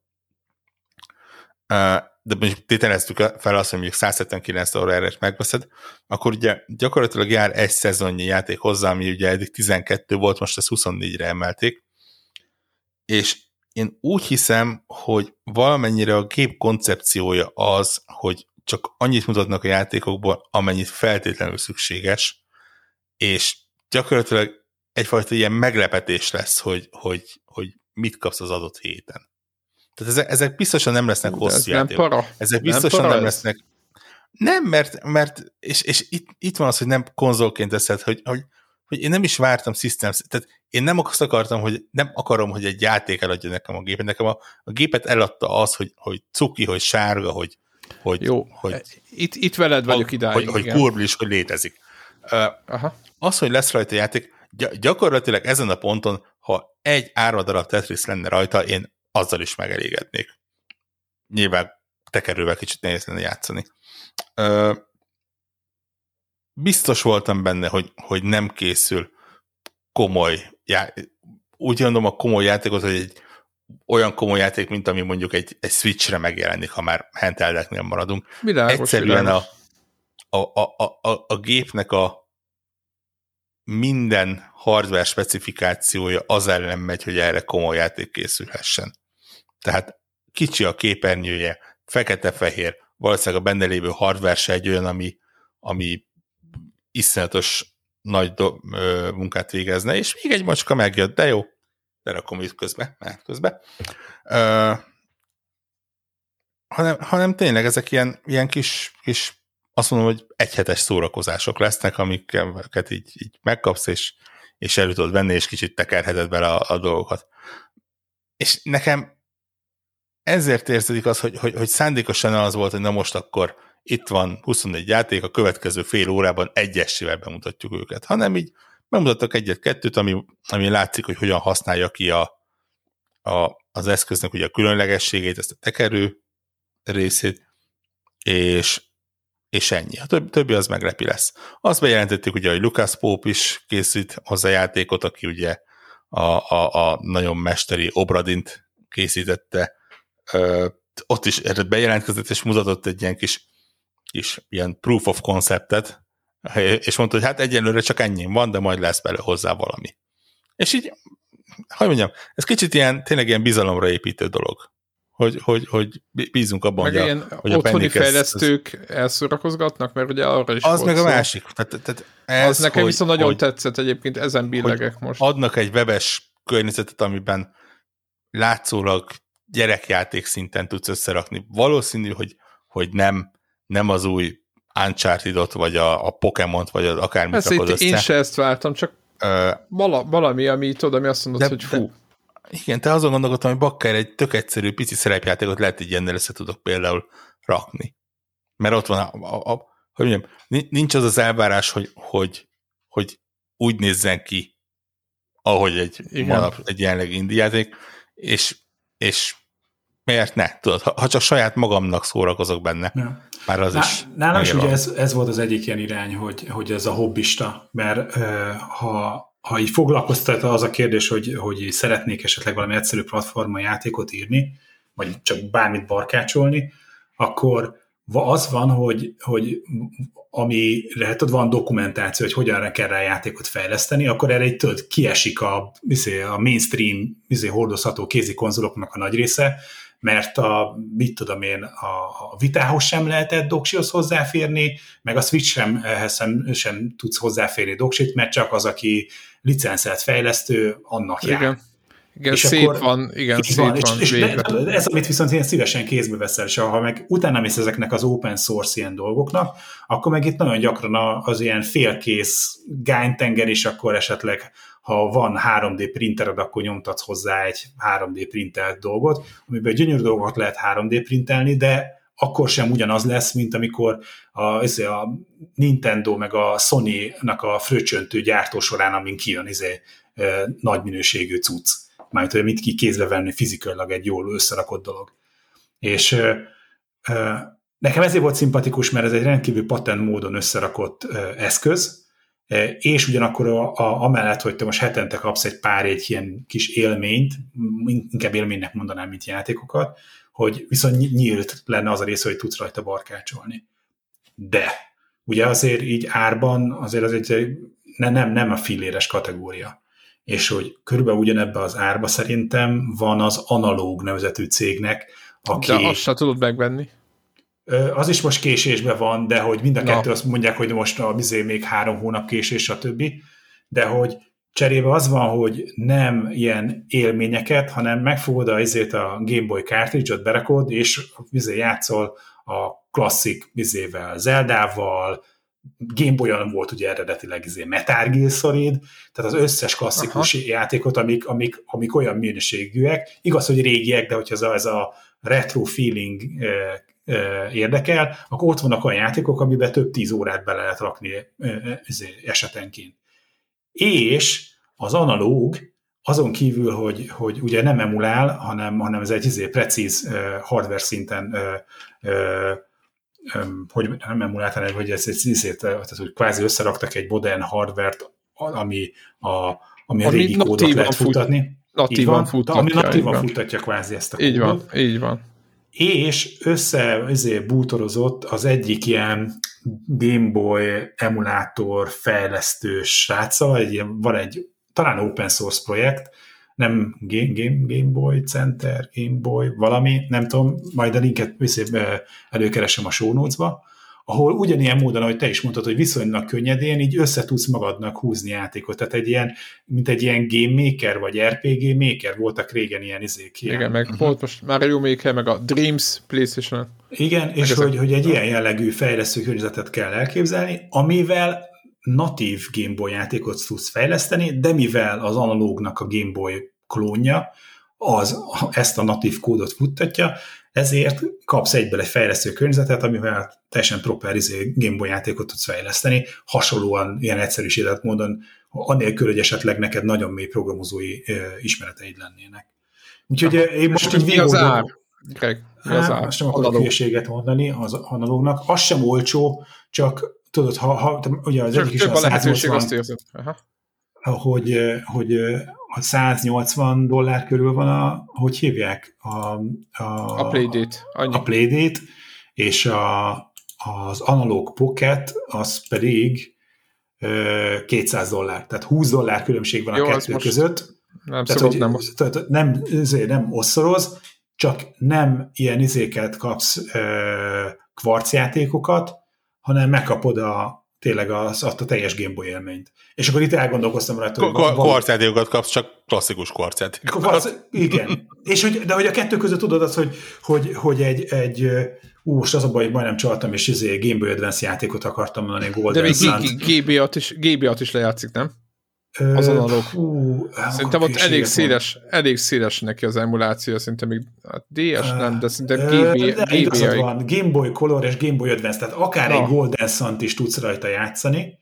De mondjuk tételeztük fel azt, hogy mondjuk $179 megveszed, akkor ugye gyakorlatilag jár egy szezonnyi játék hozzá, ami ugye eddig 12 volt, most ezt 24-re emelték, és én úgy hiszem, hogy valamennyire a gép koncepciója az, hogy csak annyit mutatnak a játékokból, amennyit feltétlenül szükséges, és gyakorlatilag egyfajta ilyen meglepetés lesz, hogy mit kapsz az adott héten. Tehát ezek biztosan nem lesznek hosszú játékok. Ezek biztosan nem lesznek. Nem, mert és itt van az, hogy nem konzolként teszed, hogy hogy én nem is vártam systems, tehát én nem azt akartam, hogy nem akarom, hogy egy játék eladja nekem a gépet. Nekem a gépet eladta az, hogy cuki, hogy sárga, hogy jó, hogy itt veled vagyok idáig. Hogy kurblis, hogy létezik. Aha. Az, hogy lesz rajta játék, gyakorlatilag ezen a ponton, ha egy árvadarab Tetris lenne rajta, én azzal is megelégednék. Nyilván tekerővel kicsit nehéz lenne játszani. Biztos voltam benne, hogy nem készül komoly úgy gondolom a komoly játékot, hogy egy olyan komoly játék, mint ami mondjuk egy Switchre megjelenik, ha már handheldeknél maradunk. Egyszerűen a gépnek a minden hardware specifikációja az ellen megy, hogy erre komoly játék készülhessen. Tehát kicsi a képernyője, fekete-fehér, valószínűleg a benne lévő hardware se egy olyan, ami iszonyatos nagy munkát végezne, és még egy macska megjött, de jó, de rakom itt közbe. Hanem tényleg ezek ilyen kis azt mondom, hogy egyhetes szórakozások lesznek, amiket így megkapsz, és elő tudod venni, és kicsit tekerheted bele a dolgokat. És nekem ezért érződik az, hogy szándékosan az volt, hogy na most akkor itt van 24 játék, a következő fél órában egyesével bemutatjuk őket, hanem így bemutattak egyet-kettőt, ami látszik, hogy hogyan használja ki az eszköznek ugye a különlegességét, ezt a tekerő részét, és ennyi. A többi az meglepi lesz. Azt bejelentették ugye, hogy Lucas Pope is készít hozzá játékot, aki ugye a nagyon mesteri Obradint készítette. Ott is bejelentkezett, és mutatott egy ilyen kis ilyen proof of conceptet, és mondta, hogy hát egyenlőre csak ennyi van, de majd lesz belőle hozzá valami. És így, hogy mondjam, ez kicsit tényleg ilyen bizalomra építő dolog. Hogy bízunk abban, meg hogy a otthoni fejlesztők elszórakozgatnak, mert ugye arra is az meg a másik. Tehát az nekem viszont nagyon tetszett egyébként, ezen billegek most. Adnak egy webes környezetet, amiben látszólag gyerekjáték szinten tudsz összerakni. Valószínű, hogy nem az új Uncharted-ot, vagy a Pokémont, vagy akármit rakod össze. Én se ezt vártam, csak valami, ami azt mondod, hogy fú. Igen, te azon gondolkodtam, hogy bakker egy tök egyszerű pici szerepjátékot lehet, hogy ilyennel össze tudok például rakni. Mert ott van hogy mondjam, nincs az elvárás, hogy úgy nézzen ki, ahogy egy jelenleg indie játék, és miért ne? Tudod, ha csak saját magamnak szórakozok benne, ja. Már az is. Nálam is ugye ez volt az egyik ilyen irány, hogy ez a hobbista, mert ha így foglalkoztat az a kérdés, hogy szeretnék esetleg valami egyszerű platformon játékot írni, vagy csak bármit barkácsolni, akkor az van, hogy amire van dokumentáció, hogy hogyan kell rá játékot fejleszteni, akkor erre egy kiesik a mainstream hordozható kézi konzoloknak a nagy része, mert a Vitához sem lehetett doksihoz hozzáférni, meg a Switch sem tudsz hozzáférni doksit, mert csak az, aki licenszelt fejlesztő, annak jár. Igen, szép van. És ez, amit viszont én szívesen kézbe veszel, és ha meg utána mész ezeknek az open source ilyen dolgoknak, akkor meg itt nagyon gyakran az ilyen félkész gánytenger, és akkor esetleg, ha van 3D printered, akkor nyomtatsz hozzá egy 3D printelt dolgot, amiben gyönyörű dolgokat lehet 3D printelni, de akkor sem ugyanaz lesz, mint amikor a Nintendo meg a Sony-nak a fröccsöntő gyártósorán, amin kijön nagy minőségű cucc. Mármint, hogy mit ki kézbe venni fizikailag egy jól összerakott dolog. És nekem ezért volt szimpatikus, mert ez egy rendkívül patent módon összerakott eszköz, és ugyanakkor amellett, hogy te most hetente kapsz egy ilyen kis élményt, inkább élménynek mondanám, mint játékokat, hogy viszont nyílt lenne az a része, hogy tudsz rajta barkácsolni. De ugye azért így árban azért az egy nem a filléres kategória. És hogy körülbelül ugyanebben az árba szerintem van az Analóg nevezetű cégnek, aki... De azt sem tudod megvenni. Az is most késésben van, de hogy mind a kettő azt mondják, hogy most még 3 hónap késés, stb. De hogy cserébe az van, hogy nem ilyen élményeket, hanem megfogod a Game Boy cartridge-ot, berakod, és játszol a klasszik Zeldával, Game Boy-on volt ugye eredetileg Metal Gear Solid, tehát az összes klasszikus játékot, amik olyan minőségűek, igaz, hogy régiek, de hogyha ez a retro feeling érdekel, akkor ott vannak olyan játékok, amiben több 10 órát bele lehet rakni esetenként. És az analóg azon kívül, hogy ugye nem emulál, hanem ez egy precíz hardware szinten hogy nem emulált, hanem hogy tehát, hogy kvázi összeraktak egy modern hardware-t, ami a régi kódot lehet futtatni. Natívan futtatja. Ami natívan futtatja kvázi ezt a kódot. Így van. És bútorozott az egyik ilyen Game Boy emulátor fejlesztő sráccal, van egy talán open source projekt, nem Game Boy Center, Game Boy, valami, nem tudom, majd a linket előkeresem a show notes-ba, ahol ugyanilyen módon, ahogy te is mondtad, hogy viszonylag könnyedén így összetudsz magadnak húzni játékot. Tehát mint egy ilyen Game Maker, vagy RPG Maker voltak régen ilyen izék. Igen, meg volt most Mario Maker, meg a Dreams PlayStation. Igen, és hogy egy ilyen jellegű fejlesztő környezetet kell elképzelni, amivel natív Game Boy játékot tudsz fejleszteni, de mivel az analógnak a Game Boy klónja ezt a natív kódot futtatja, ezért kapsz egyből egy fejlesztő környezetet, amivel teljesen proper Game Boy játékot tudsz fejleszteni, hasonlóan ilyen egyszerűsített módon, anélkül, hogy esetleg neked nagyon mély programozói ismereteid lennének. Úgyhogy én most így végigmondom. Most nem akarok hülyeséget mondani az analógnak. Az sem olcsó, csak tudod, ugye az egyik is a 180, hogy a $180 körül van hogy hívják? A Playdate. A Playdate, és az Analog Pocket, az pedig $200. Tehát $20 különbség van a kettő között. Nem tehát, nem osszoroz, csak nem ilyen izéket kapsz kvarcjátékokat, hanem megkapod tényleg a teljes Game Boy élményt. És akkor itt elgondolkoztam rajta, hogy... Kvarcjátékokat kapsz, csak klasszikus kvarcjátékokat. Igen. De hogy a kettő között tudod azt, hogy egy most az a baj, hogy majdnem csaltam, és Game Boy Advance játékot akartam mondani, Golden Sun. De még GBA-t is lejátszik, nem? Az analóg. Szerintem ott elég széles neki az emuláció, szerintem még DS nem, de szerintem GBA. Van, Game Boy Color és Game Boy Advance, tehát akár egy Golden Sun-t is tudsz rajta játszani,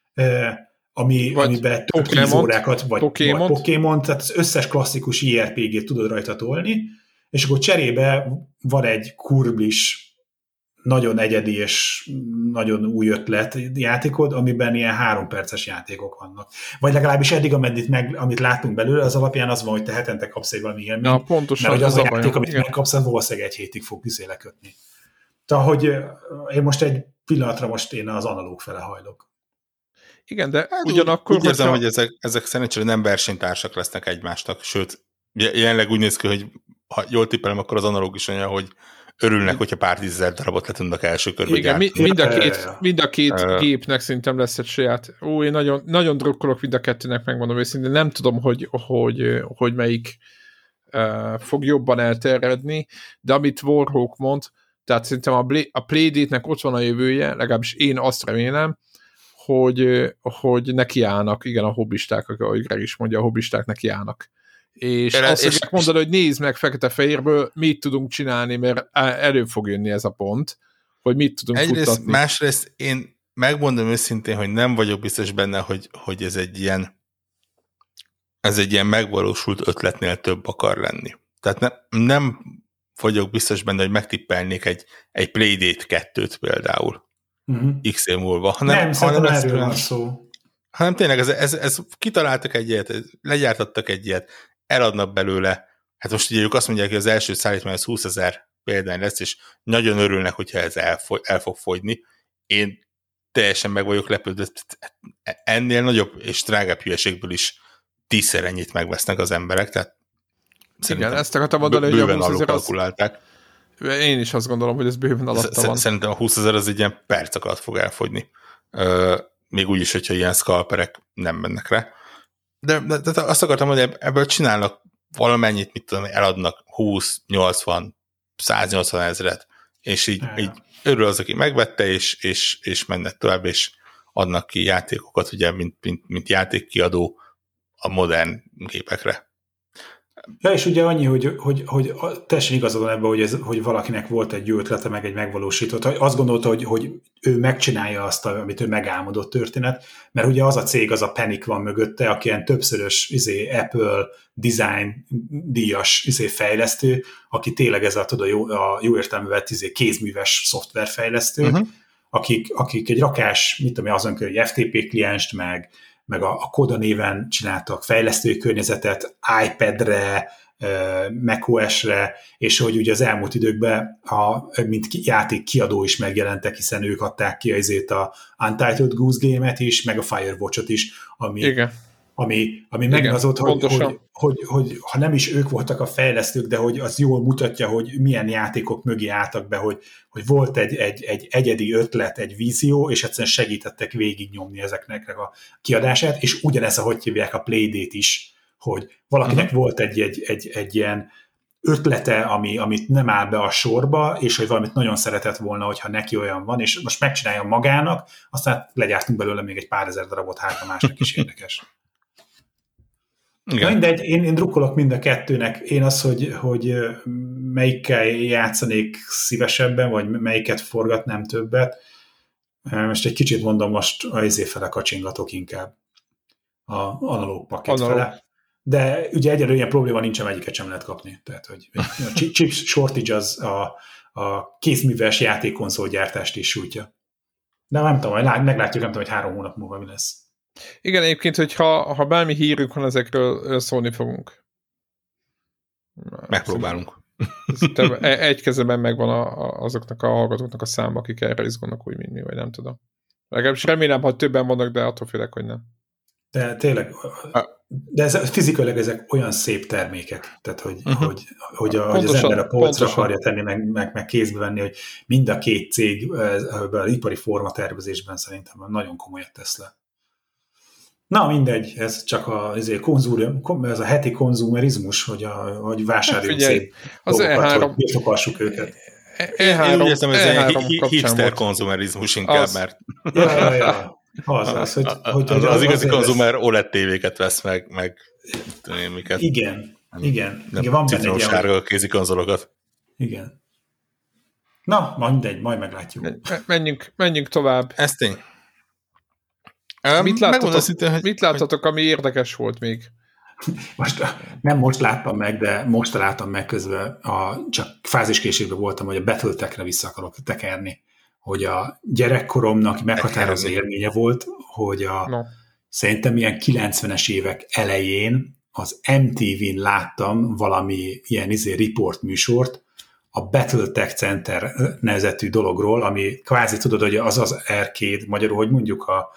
amiben több 10 órákat, vagy Pokémon, tehát az összes klasszikus IRPG-t tudod rajta tolni, és akkor cserébe van egy kurblis, nagyon egyedi és nagyon új ötlet játékod, amiben ilyen 3 perces játékok vannak. Vagy legalábbis eddig, amit látunk belőle, az alapján az van, hogy te hetente kapsz egy valami élményt, ja, pontosan, mert az a játék, amit megkapsz, valószínűleg egy hétig fog lekötni. Tehát, hogy én most egy pillanatra én az analóg fele hajlok. Igen, de ugyanakkor... Úgy érzem, hogy ezek szerencsére nem versenytársak lesznek egymásnak, sőt, jelenleg úgy néz ki, hogy ha jól tippelem, akkor az analóg is olyan, hogy örülnek, hogyha pár 10 000 darabot le tudnak első körbe gyártani. Mind a két gépnek szerintem lesz egy saját. Én nagyon, nagyon drukkolok mind a kettőnek, megmondom őszintén. Nem tudom, hogy melyik fog jobban elterjedni, de amit Warhawk mond, tehát szerintem a Playdate-nek ott van a jövője, legalábbis én azt remélem, hogy nekiállnak, igen, a hobbisták, ahogy Greg is mondja, a hobbisták nekiállnak. És azt fogják mondani, hogy nézd meg fekete-fehérből, mit tudunk csinálni, mert elő fog jönni ez a pont, hogy mit tudunk futtatni. Másrészt én megmondom őszintén, hogy nem vagyok biztos benne, hogy ez egy ilyen megvalósult ötletnél több akar lenni. Tehát nem vagyok biztos benne, hogy megtippelnék egy Playdate 2-t például x év múlva. Hanem erről van szó. Hanem tényleg ez kitaláltak egy ilyet, legyártattak egy ilyet, eladnak belőle. Hát most ugye ők azt mondják, hogy az első szállítmány az 20 000 példány lesz, és nagyon örülnek, hogyha ez el fog fogyni. Én teljesen meg vagyok lepődve. Ennél nagyobb és drágább hülyeségből is 10-szer ennyit megvesznek az emberek, tehát igen, ezt akartam mondani, hogy bőven alul kalkulálták. Én is azt gondolom, hogy ez bőven alatta van. Szerintem a 20 000 az egy ilyen percek alatt fog elfogyni. Még úgy is, hogyha ilyen scalperek nem mennek rá. De azt akartam, hogy ebből csinálnak valamennyit, mit tudom, eladnak 20, 80, 180 ezret, és így örül az, aki megvette, és mennek tovább, és adnak ki játékokat, ugye, mint játékkiadó a modern gépekre. Ja, és ugye annyi, hogy teljesen igazad van ebben, hogy valakinek volt egy jó ötlete, meg egy megvalósított. Azt gondolta, hogy ő megcsinálja azt, amit ő megálmodott történet, mert ugye az a cég, az a Panic van mögötte, aki ilyen többszörös Apple design díjas fejlesztő, aki tényleg ez a jó értelmevet kézműves szoftverfejlesztő, akik egy rakás, mit tudom, azon hogy FTP klienst, meg a Koda néven csináltak fejlesztői környezetet iPad-re, macOS-re, és hogy ugye az elmúlt időkben mint játék kiadó is megjelentek, hiszen ők adták ki a Untitled Goose Game-et is, meg a Firewatch-ot is, ami megint az ott, hogy ha nem is ők voltak a fejlesztők, de hogy az jól mutatja, hogy milyen játékok mögé álltak be, hogy volt egy egyedi ötlet, egy vízió, és egyszerűen segítettek végignyomni ezeknek a kiadását, és ugyanez, ahogy hívják a Playdate is, hogy valakinek volt egy ilyen ötlete, amit nem áll be a sorba, és hogy valamit nagyon szeretett volna, hogyha neki olyan van, és most megcsinálja magának, aztán legyártunk belőle még egy pár ezer darabot, hát a másnak is érdekes. Na mindegy, én drukkolok mind a kettőnek. Én az, hogy melyikkel játszanék szívesebben, vagy melyiket forgatnám többet. Most egy kicsit mondom, most az fele kacsingatok inkább a analóg pakket fele. De ugye egyelőre ilyen probléma nincsen, egyiket sem lehet kapni. Tehát, hogy a chip shortage az a kézműves játékkonzolgyártást is sújtja. De nem tudom, meglátjuk, nem tudom, hogy 3 hónap múlva mi lesz. Igen, egyébként, hogyha bármi hírünk van, ezekről szólni fogunk. Megpróbálunk. Egy kezeben megvan azoknak a hallgatóknak a száma, akik erre izgulnak úgy, mint mi, vagy nem tudom. Legalábbis remélem, ha többen vannak, de attól félek, hogy nem. De tényleg, de fizikailag ezek olyan szép termékek, tehát hogy az ember a polcra akarja tenni, meg kézbe venni, hogy mind a két cég az ipari formatervezésben szerintem nagyon komolyat tesz le. Na mindegy, ez csak ez a heti konzumerizmus, hogy vásároljunk szép dolgokat, hogy birtokassuk őket. Én úgy értem, ez egy hipster konzumerizmus inkább, mert... Ja. Az igazi konzumer OLED tévéket vesz meg miket. Igen. Van benne egy sárga kézi konzolokat. Igen. Na, mindegy, majd meglátjuk. Menjünk tovább. Ez tény. Mit láttatok, ami érdekes volt még? Nem most láttam meg, de most találtam meg közben, csak fáziskésségben voltam, hogy a Battletech-re vissza akarok tekerni, hogy a gyerekkoromnak meghatározó élménye volt, hogy szerintem ilyen 90-es évek elején az MTV-n láttam valami ilyen report műsort, a Battletech Center nevezetű dologról, ami kvázi tudod, hogy az arcade, magyarul, hogy mondjuk a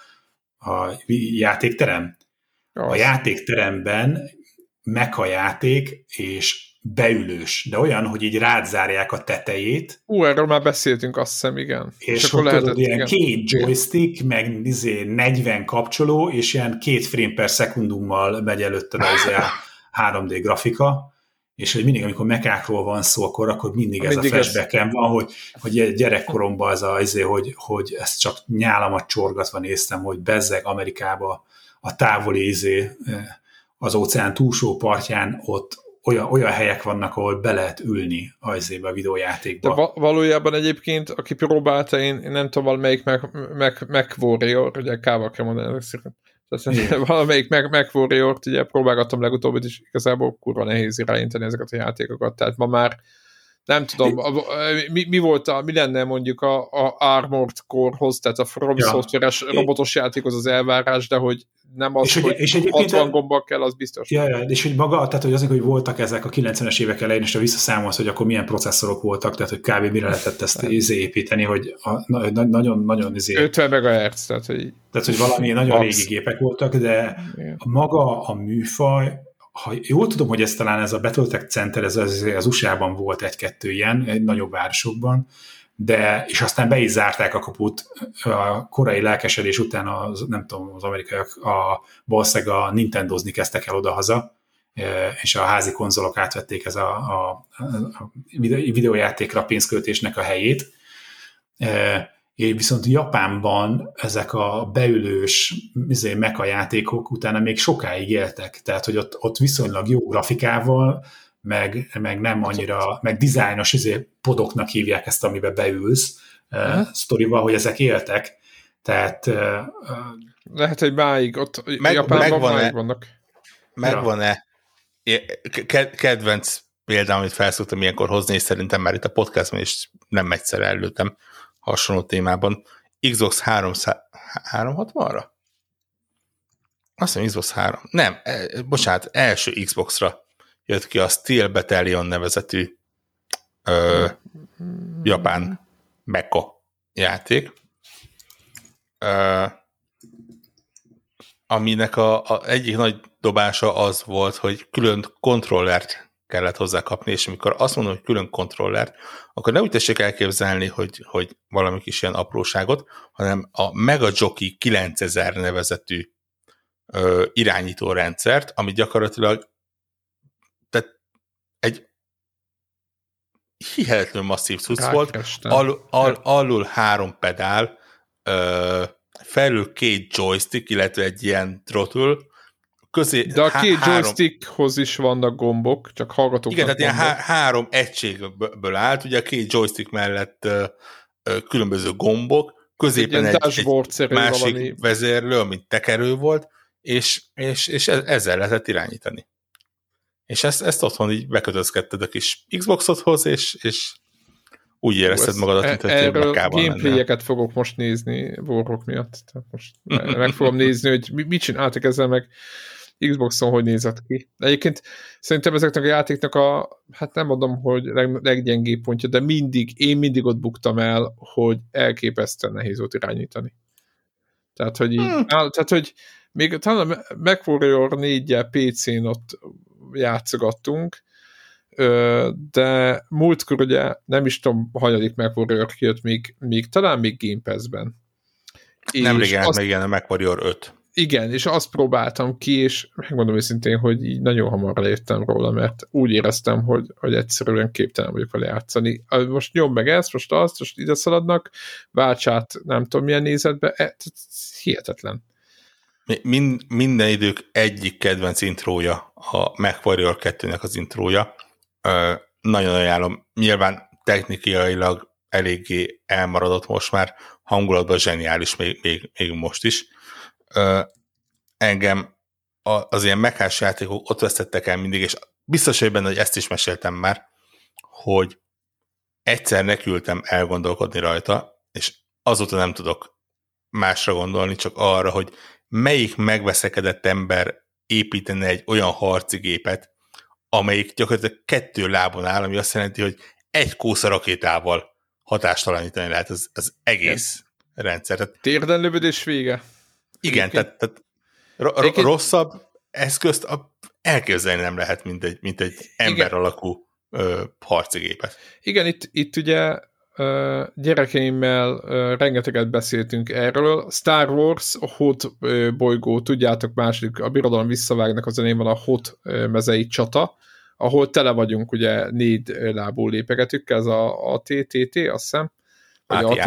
játékterem. A játékteremben mecha játék és beülős, de olyan, hogy így rádzárják a tetejét. Erről már beszéltünk, azt hiszem, igen. És akkor tudod, ilyen 2 joystick, meg 40 kapcsoló, és ilyen 2 frame per szekundummal megy előtted az 3D grafika, és hogy mindig, amikor mekákról van szó, akkor mindig ez a flashbacken van, hogy gyerekkoromban az hogy ezt csak nyálamat csorgatva néztem, hogy bezzeg Amerikába a távoli az óceán túlsó partján ott olyan helyek vannak, ahol be lehet ülni a videójátékba. De valójában egyébként, aki próbálta, én nem tudom, valamelyik MechWarrior, ugye K-val kell mondani ezek szerint. Valamelyik MechWarrior-t ugye próbálgattam legutóbb, és igazából kurva nehéz irányítani ezeket a játékokat. Tehát ma már nem tudom, mi lenne mondjuk a Armored Core-hoz, tehát a From Software-es robotos játékhoz az elvárás, de hogy nem az, hogy 60 gombbal kell, az biztos. És hogy maga, tehát hogy azért, hogy voltak ezek a 90-es évek elején, és ha visszaszámolsz, hogy akkor milyen processzorok voltak, tehát hogy kb. Mire lehetett ezt építeni, hogy nagyon 50 MHz, tehát hogy valami nagyon régi gépek voltak, de maga a műfaj, ha jól tudom, hogy ez a Battletech Center, ez az USA-ban volt 1-2 ilyen, egy nagyobb városokban, és aztán be is zárták a kaput a korai lelkesedés után, nem tudom, az amerikaiak valószínűleg a Nintendozni kezdtek el odahaza, és a házi konzolok átvették ez a videójátékra pénzköltésnek a helyét. Viszont Japánban ezek a beülős mecha játékok utána még sokáig éltek, tehát hogy ott viszonylag jó grafikával, meg nem annyira, meg dizájnos podoknak hívják ezt, amiben beülsz, sztorival, hogy ezek éltek. Tehát lehet, hogy máig ott Japánban máig vannak. Megvan-e kedvenc példám, amit felszoktam ilyenkor hozni, és szerintem már itt a podcastban is nem egyszer előttem hasonló témában. Xbox 360-ra? Azt hiszem Xbox 3. Nem, bocsánat, első Xbox-ra jött ki a Steel Battalion nevezetű japán mecha játék, aminek a egyik nagy dobása az volt, hogy külön kontrollert kellett hozzá kapni, és amikor azt mondom, hogy külön kontrollert, akkor ne úgy tessék elképzelni, hogy valami kis ilyen apróságot, hanem a Mega Jockey 9000 nevezetű irányítórendszert, ami gyakorlatilag tehát egy hihetetlenül masszív cucc volt, alul 3 pedál, felül 2 joystick, illetve egy ilyen throttle, de a 2 joystickhoz is vannak gombok, csak hallgatóknak. Igen, tehát ilyen 3 egységből állt, ugye a 2 joystick mellett különböző gombok, középen egy másik valami vezérlő, mint tekerő volt, és ezzel lehetett irányítani. És ezt otthon így bekötözkedted a kis Xboxodhoz, és úgy érezted magadat, mint hogy Mekában lennél. Gameplayeket fogok most nézni Warrock miatt. Tehát most meg fogom nézni, hogy mit csináltak ezzel, meg Xboxon hogy nézett ki. Egyébként szerintem ezeknek a játéknak hát nem mondom, hogy leggyengébb pontja, de én mindig ott buktam el, hogy elképesztően nehéz volt irányítani. Tehát, hogy tehát, hogy még talán a MechWarrior 4-jel PC-n ott játszogattunk, de múltkor ugye nem is tudom, hanyadik MechWarrior kijött, még talán még Game Pass-ben. Nemrég jelent meg igen a MechWarrior 5. Igen, és azt próbáltam ki, és megmondom őszintén, hogy így nagyon hamar lejöttem róla, mert úgy éreztem, hogy egyszerűen képtelen vagyok vele játszani. Most nyom meg ezt, most azt, most ide szaladnak, válts át nem tudom milyen nézetbe, hihetetlen. Minden idők egyik kedvenc intrója a MechWarrior 2-nek az intrója. Nagyon ajánlom. Nyilván technikailag eléggé elmaradott most már, hangulatban zseniális még most is. Engem az ilyen mechás játékok ott vesztettek el mindig, és biztos, hogy benne, hogy ezt is meséltem már, hogy egyszer nekültem elgondolkodni rajta, és azóta nem tudok másra gondolni, csak arra, hogy melyik megveszekedett ember építene egy olyan harci gépet, amelyik gyakorlatilag 2 lábon áll, ami azt jelenti, hogy egy kósza rakétával hatástalanítani lehet az egész rendszer. Térdenlövődés vége. Igen, tehát rosszabb eszközt elképzelni nem lehet, mint egy ember alakú harci gépet. Igen, itt ugye gyerekeimmel rengeteget beszéltünk erről. Star Wars, a Hoth bolygó, tudjátok, második, a birodalom visszavágnak, az van a Hoth mezei csata, ahol tele vagyunk ugye 4 lábú lépegetőkkel, ez a AT-TT, azt hiszem? Vagy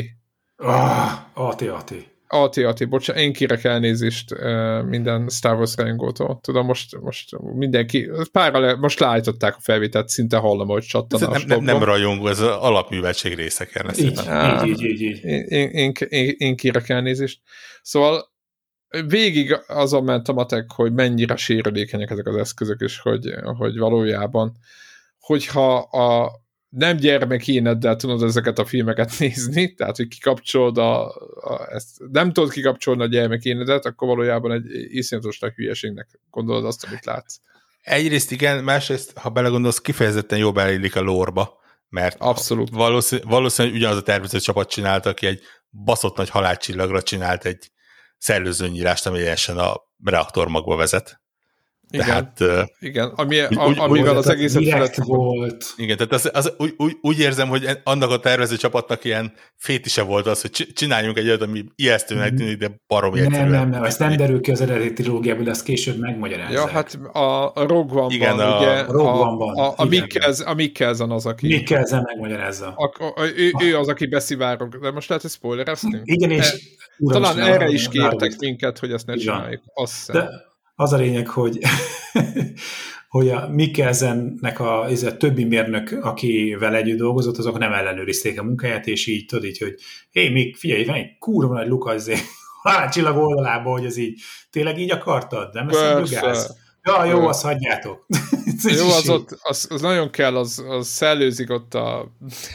AT-AT? AT-AT, bocsánat, én kérek elnézést minden Star Wars rajongótól. Tudom, most mindenki, most leállították a felvételt, szinte hallom, hogy csattan a stopban. Nem rajongó, ez az alapműveltség része kell. Így. Én kérek elnézést. Szóval végig azon ment a matek, hogy mennyire sérülékenyek ezek az eszközök, és hogy valójában, hogyha nem gyermekéneddel tudod ezeket a filmeket nézni, tehát, hogy kikapcsolod ezt, nem tudod kikapcsolni a gyermekénedet, akkor valójában egy iszonyatosnak hülyeségnek gondolod azt, amit látsz. Egyrészt igen, másrészt, ha belegondolsz, kifejezetten jobb elillik a lore-ba, mert abszolút. Valószínűleg ugyanaz a tervező csapat csinálta, aki egy baszott nagy halálcsillagra csinált egy szellőzőnyílást, ami teljesen a reaktormagba vezet. Tehát, igen. Amivel az egészet direkt volt. Igen, tehát az úgy érzem, hogy annak a tervező csapatnak ilyen fétise volt az, hogy csináljunk egy olyat, ami ijesztőnek tűnik, de baromi egyszerűen. Nem, ezt nem derül ki az eredeti trilógiából, de ezt később megmagyarázzák. Ja, hát a Rogue One-ban, igen, ugye, a Mikkelsen az, aki... Mikkelsen megmagyarázza. Ő az, aki beszivárog, de most lehet, hogy spoilereztünk? Igen, és... Talán erre is kértek minket, hogy ezt ne csináljuk. De az a lényeg, hogy hogy a Mikkelsennek a többi mérnök, akivel együtt dolgozott, azok nem ellenőrizték a munkáját, és így tudod így, hogy hé, Mik, figyelj, van egy kurva nagy luk azért halálcsillag oldalában, hogy ez így, tényleg így akartad? Nem lesz egy gáz? Ja, jó, azt hagyjátok. Jó, az nagyon kell, az szellőzik ott a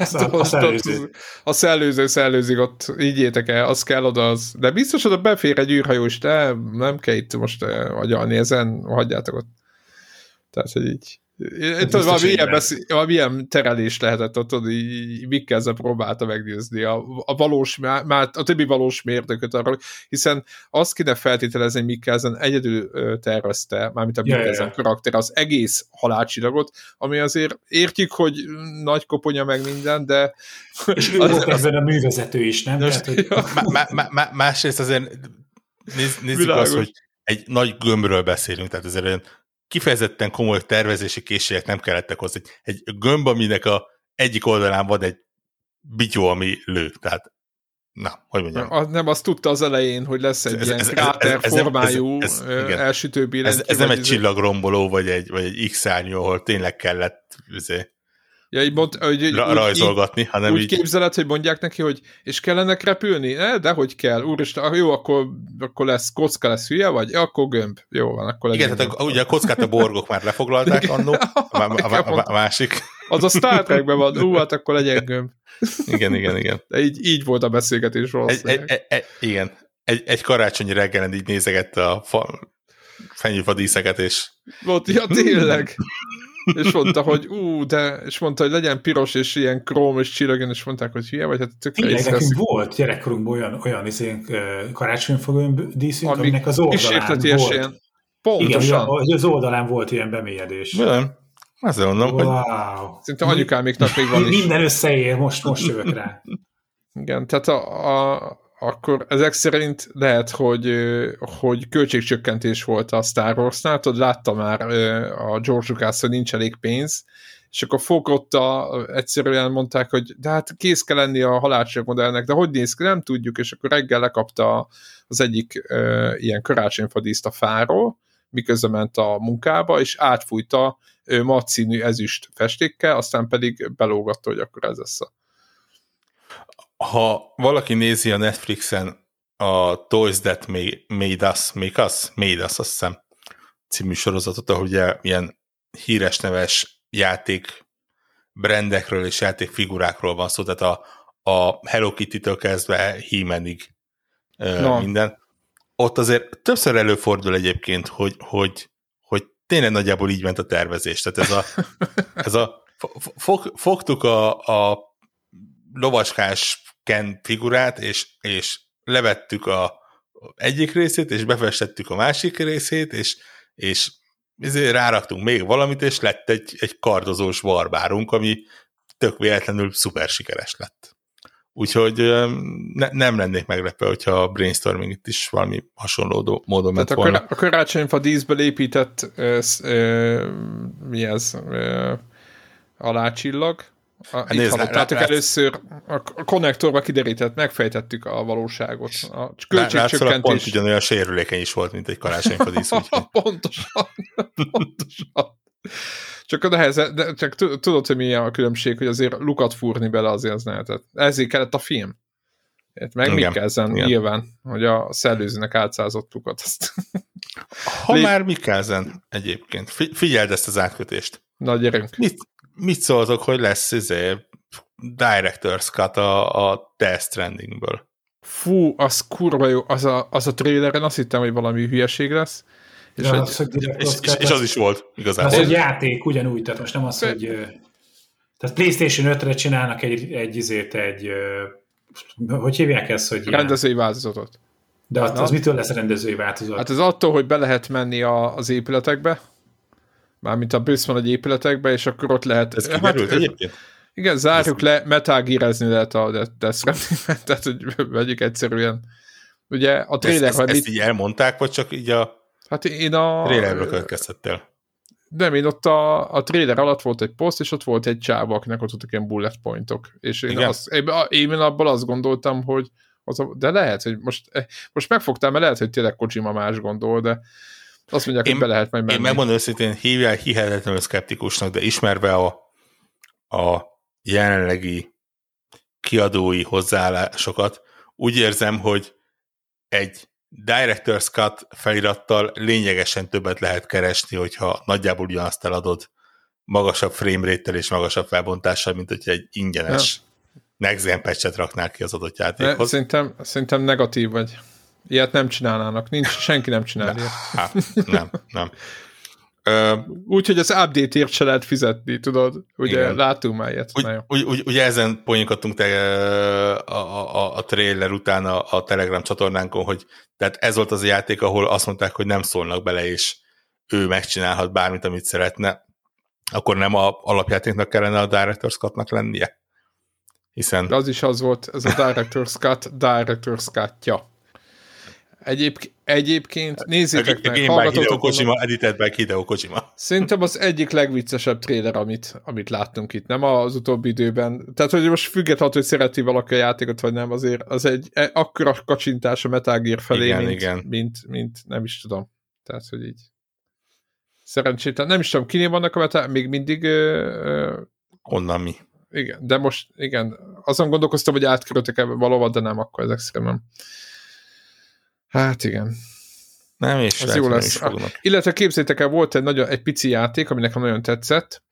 szellőzik ott, ígyétek el, az kell oda, az. De biztos oda befér egy űrhajó is, de nem kell itt most agyalni ezen, hagyjátok ott. Tehát, hogy így. Valami ilyen terelés lehetett ott, így Mikkelsen próbálta meggyőzni a többi valós mérnököt arról, hiszen azt kéne feltételezni, hogy Mikkelsen egyedül tervezte, mármint a Mikkelsen karakter, az egész halálcsillagot, ami azért értjük, hogy nagy koponya meg minden, de... És ő volt ebben a művezető is, nem? Most, másrészt azért nézzük azt, hogy egy nagy gömbről beszélünk, tehát azért olyan kifejezetten komoly tervezési készségek nem kellettek hozzá. Egy gömb, aminek a egyik oldalán van egy bityó, ami lő. Tehát, na, hogy mondjam. Nem, azt tudta az elején, hogy lesz egy ilyen kráter formájú elsütő billentyű. Ez nem egy csillagromboló, vagy egy X-szárnyú, ahol tényleg kellett rajzolgatni, hanem úgy képzeled, hogy mondják neki, hogy és kellene repülni? De hogy kell, úristen, jó, akkor lesz kocka, lesz hülye, vagy akkor gömb. Jó van, akkor igen, tehát ugye a kockát a borgok már lefoglalták annó, a másik. Az a Star Trekben van, hát akkor legyen gömb. Igen. De így volt a beszélgetés valószínűleg. Igen. Egy karácsonyi reggelen így nézegette a fenyőfadíszeket, és... Volt, ja, tényleg. És mondta, hogy és mondta, hogy legyen piros, és ilyen króm, és csillagjon, és mondták, hogy hülye vagy, hát tökre is nekünk volt gyerekkorunkban olyan karácsonyfogó díszünk, aminek az oldalán volt. Ilyen. Pontosan. Igen, hogy az oldalán volt ilyen bemélyedés. Nem. Azért mondom, hogy... Szinte anyukáméknak még van is. Minden összeér, most jövök rá. Igen, tehát akkor ezek szerint lehet, hogy költségcsökkentés volt a Star Wars-nál, tudod, látta már a George Lucas, hogy nincs elég pénz, és akkor fogotta, egyszerűen mondták, hogy de hát kész kell lenni a halálcsillag modellnek, de hogy néz ki, nem tudjuk, és akkor reggel lekapta az egyik ilyen karácsonyfadíszt a fáról, miközben ment a munkába, és átfújta matt színű ezüst festékkel, aztán pedig belógatta, hogy akkor ez lesz a... Ha valaki nézi a Netflixen a Toys That Made Us, azt hiszem, című sorozatot, ahol ugye ilyen híres neves játék brandekről és játékfigurákról van szó, tehát a Hello Kitty-től kezdve He-Manig minden. Ott azért többször előfordul egyébként, hogy tényleg nagyjából így ment a tervezés. Tehát fogtuk a lovaskás Ken figurát, és levettük a egyik részét, és befestettük a másik részét, és ráraktunk még valamit, és lett egy kardozós barbárunk, ami tök véletlenül szuper sikeres lett. Úgyhogy nem lennék meglepve, hogyha a brainstorming itt is valami hasonló módon ment volna. A karácsonyfa díszből épített mi ez? Alácsillag. Először a konnektorba kiderített, megfejtettük a valóságot. A költségcsökkentés. Pont ugyanolyan sérülékeny is volt, mint egy karácsonyfa dísz. Pontosan. Csak tudod, hogy milyen a különbség, hogy azért lukat fúrni bele azért az lehetett. Ezért kellett a film. Meg Mikkelsen nyilván, hogy a szellőzőnek átszázott lukat. Már Mikkelsen egyébként. Figyeld ezt az átkötést. Na, gyerünk. Mit szóltok, hogy lesz Director's Cut a Death Strandingből? Fú, az kurva jó. Az a traileren azt hittem, hogy valami hülyeség lesz. És az is volt, igazából. Az egy játék, ugyanúgy, tehát most nem az, hogy... Tehát PlayStation 5-re csinálnak egy hogy hívják ezt, hogy... Rendezői változatot. De az mitől lesz rendezői változat? Hát ez attól, hogy be lehet menni az épületekbe, mármint a Böszman egy épületekbe, és akkor ott lehet... Ez kiderült egyébként? Igen, zárjuk le, Metal Gear-ezni lehet a Death Stranding-ben, tehát hogy vegyük egyszerűen. Ugye a trailer... Ezt így elmondták, vagy csak így a trailerből következtettél? Nem, én ott a trailer alatt volt egy poszt, és ott volt egy csáva, akinek ott voltak ilyen bullet pointok. És én abból azt gondoltam, hogy de lehet, hogy most megfogtál, mert lehet, hogy tényleg Kojima más gondol, de azt mondják, hogy be lehet majd menni. Én megmondom őszintén, hihetetlenül szkeptikusnak, de ismerve a jelenlegi kiadói hozzáállásokat, úgy érzem, hogy egy Director's Cut felirattal lényegesen többet lehet keresni, hogyha nagyjából ugyanazt eladod magasabb framerate-tel és magasabb felbontással, mint hogyha egy ingyenes Next Gen patchet raknál ki az adott játékhoz. Szerintem negatív vagy. Ilyet nem csinálnának. Senki nem csinál ilyet. Nem. Úgyhogy az update-ért se lehet fizetni, tudod? Ugye igen. Látunk már ilyet. Ugye ezen poénkodtunk a trailer után a Telegram csatornánkon, hogy tehát ez volt az a játék, ahol azt mondták, hogy nem szólnak bele, és ő megcsinálhat bármit, amit szeretne. Akkor nem a alapjátéknak kellene a Director's Cut-nak lennie? Hiszen... De az is az volt, ez a Director's Cut-ja. Egyébként nézzétek meg, hallgatótok Kojima, edited by Hideo Kojima. Szerintem az egyik legviccesebb trailer, amit láttunk itt, nem az utóbbi időben. Tehát, hogy most függetlenül, hogy szereti valaki a játékot, vagy nem, azért az egy akkora kacsintás a Metal Gear felé, mint nem is tudom. Tehát, hogy így szerencsétlen. Nem is tudom, kinél vannak a Metal, még mindig... Onnan mi. Igen, de most, igen, azon gondolkoztam, hogy átkerültek valahova, de nem, akkor ezek szerintem nem. Hát igen. Nem is. Ez jó lesz. Illetve képzeljétek el, volt egy pici játék, ami nekem nagyon tetszett.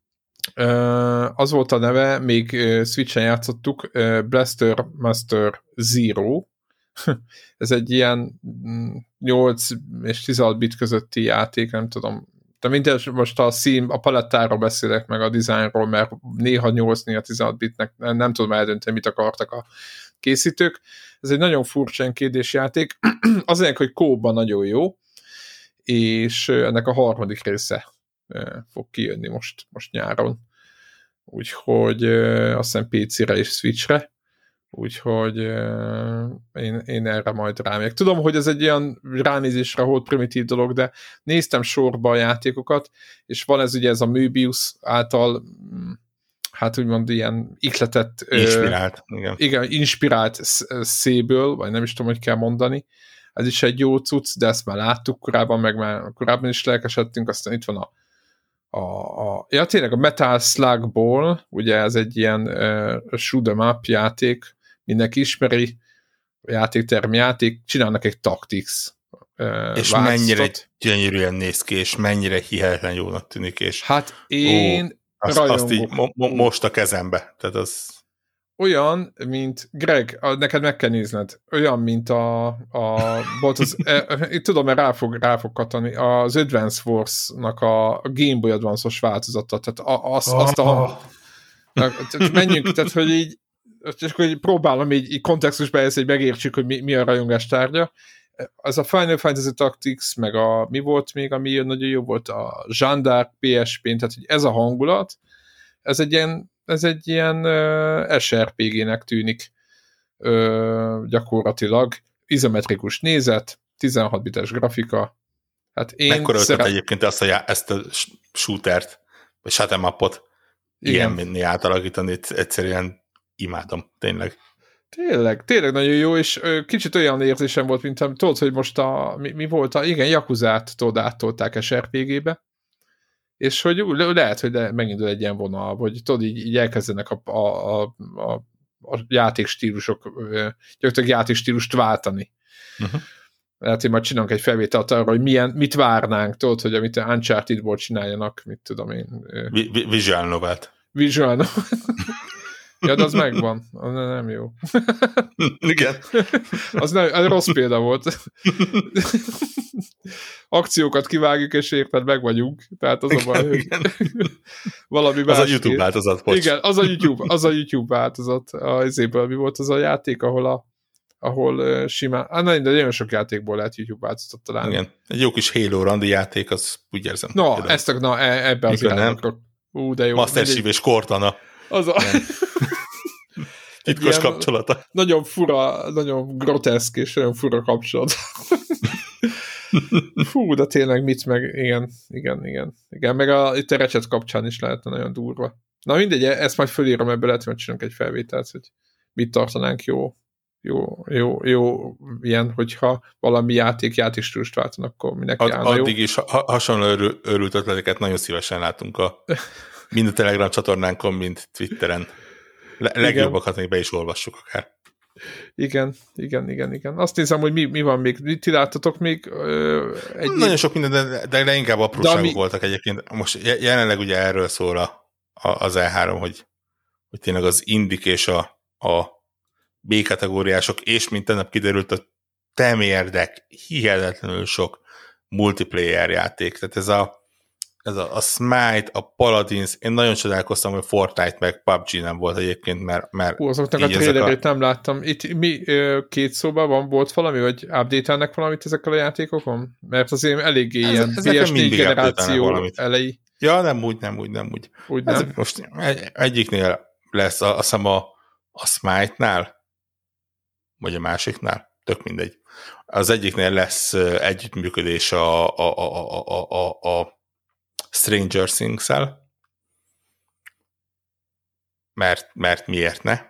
Az volt a neve, még Switchen játszottuk, Blaster Master Zero. Ez egy ilyen 8 és 16 bit közötti játék, nem tudom. De mindegy, most a palettáról beszélek, meg a dizájnról, mert néha 8, néha 16 bitnek nem tudom eldönteni, mit akartak a készítők. Ez egy nagyon furcsa kérdés játék. Azért, hogy kóban nagyon jó, és ennek a harmadik része fog kijönni most nyáron. Úgyhogy azt hiszem PC-re és Switchre. Úgyhogy én erre majd rámegyek. Tudom, hogy ez egy ilyen ránézésre volt primitív dolog, de néztem sorba a játékokat, és van ez a Möbius által hát úgymond ilyen ihletett... Inspirált. Igen, inspirált széből, vagy nem is tudom, hogy kell mondani. Ez is egy jó cucc, de ezt már láttuk korábban, meg már korábban is lelkesedtünk, aztán itt van ja, tényleg a Metal Slug Ball, ugye ez egy ilyen shoot 'em up játék, mindenki ismeri, játéktermi játék, csinálnak egy Tactics és mennyire gyönyörűen néz ki, és mennyire hihetetlen jónak tűnik, és hát én azt így most a kezembe, tehát az... Olyan, mint Greg, neked meg kell nézned, olyan, mint itt tudom, mert rá fog katani, az Advance Wars-nak a Game Boy Advance-os változata, tehát menjünk, tehát, hogy így csak hogy próbálom így kontextusba helyezni, hogy megértsük, hogy mi a rajongás tárgya. Ez a Final Fantasy Tactics, meg mi volt még, ami nagyon jó volt, a Jeanne d'Arc PSP-n, tehát hogy ez a hangulat, ez egy ilyen SRPG-nek tűnik gyakorlatilag. Izometrikus nézet, 16 bites grafika. Hát én mekkora ötlet egyébként ezt a shootert, vagy shut 'em upot ilyen átalakítani, egyszerűen imádom, tényleg. Tényleg nagyon jó, és kicsit olyan érzésem volt, mint tudod, hogy most mi volt igen, Yakuzát áttolták SRPG-be, és hogy lehet, hogy megindul egy ilyen vonal, vagy tudod, így elkezdenek a játékstílusok, gyakorlatilag játékstílust váltani. Uh-huh. Lehet, hogy majd csinálunk egy felvételt arra, hogy mit várnánk, tudod, hogy amit Uncharted-ból csináljanak, mit tudom én. Visual novel-t. Visual novel. Ja, de az megvan. Az nem jó. Igen. Az rossz példa volt. Akciókat kivágjuk, és érted, meg vagyunk. Tehát az a baj, hogy valami más. Az a YouTube változat, bocs. Igen, az a YouTube változat. Ezéből mi volt az a játék, ahol ahol simán, de nagyon sok játékból lehet YouTube változtat találni. Igen, egy jó kis Halo randi játék, az úgy érzem. Ebbe az irányokra. De jó. Master Chief és Cortana. Az a... Titkos kapcsolata. Nagyon fura, nagyon groteszk és nagyon fura kapcsolat. Fú, de tényleg mit meg, igen. Meg itt a Ratchet kapcsán is lehetne nagyon durva. Na mindegy, ezt majd fölírom, ebből lehet, hogy csinálunk egy felvételt, hogy mit tartanánk jó ilyen, hogyha valami játékstílust váltanak, akkor mindenki állna jó. Addig is hasonló őrült ötleteket nagyon szívesen látunk mind a Telegram csatornánkon, mint Twitteren. Legjobbakat még be is olvassuk akár. Igen. Azt nézem, hogy mi van még. Ti láttatok még nagyon sok minden, de inkább apróságok voltak egyébként. Most jelenleg ugye erről szól az E3, hogy tényleg az indik és a B-kategóriások, és mint tegnap kiderült, a temérdek hihetetlenül sok multiplayer játék. Tehát ez a Smite, a Paladins, én nagyon csodálkoztam, hogy Fortnite meg PUBG nem volt egyébként, mert azoknak a trailerét nem láttam. Itt mi két szóban volt valami, vagy update-elnek valamit ezekkel a játékokon? Mert azért eléggé ilyen PS4 generáció elejé. Ja, nem úgy. Úgy nem. Most egyiknél lesz, azt hiszem a Smite-nál, vagy a másiknál, tök mindegy. Az egyiknél lesz együttműködés a Stranger Things-el, mert miért ne?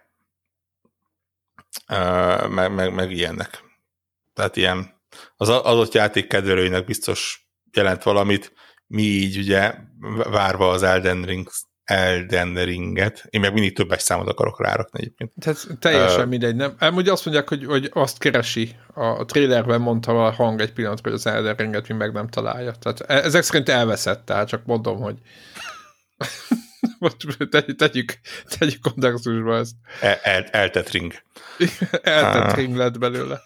Meg ilyennek. Tehát ilyen az adott játék kedvelőinek biztos jelent valamit, mi így ugye várva az Elden Ringet. Én meg mindig többes számot akarok rárakni egyébként. Tehát teljesen mindegy, nem? Ugye azt mondják, hogy azt keresi. A trailerben mondta a hang egy pillanatra, hogy az Elden Ringet mi meg nem találja. Tehát ezek szerint elveszett, tehát csak mondom, hogy tegyük kontextusba ezt. Eltett ring. Eltett ring lett belőle.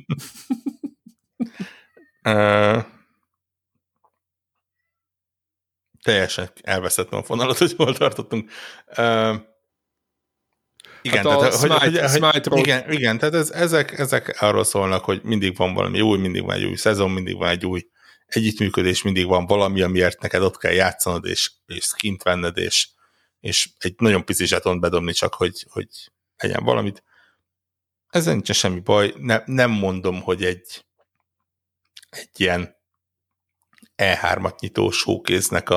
Teljesen elveszettem a fonalat, hogy hol tartottunk. Igen, hát tehát, igen, tehát ezek arról szólnak, hogy mindig van valami új, mindig van egy új szezon, mindig van egy új együttműködés, mindig van valami, amiért neked ott kell játszanod, és skint venned, és egy nagyon pici zsetont bedobni csak, hogy legyen valamit. Ezzel nincsen semmi baj. Nem mondom, hogy egy ilyen E3-at nyitó showcase-nek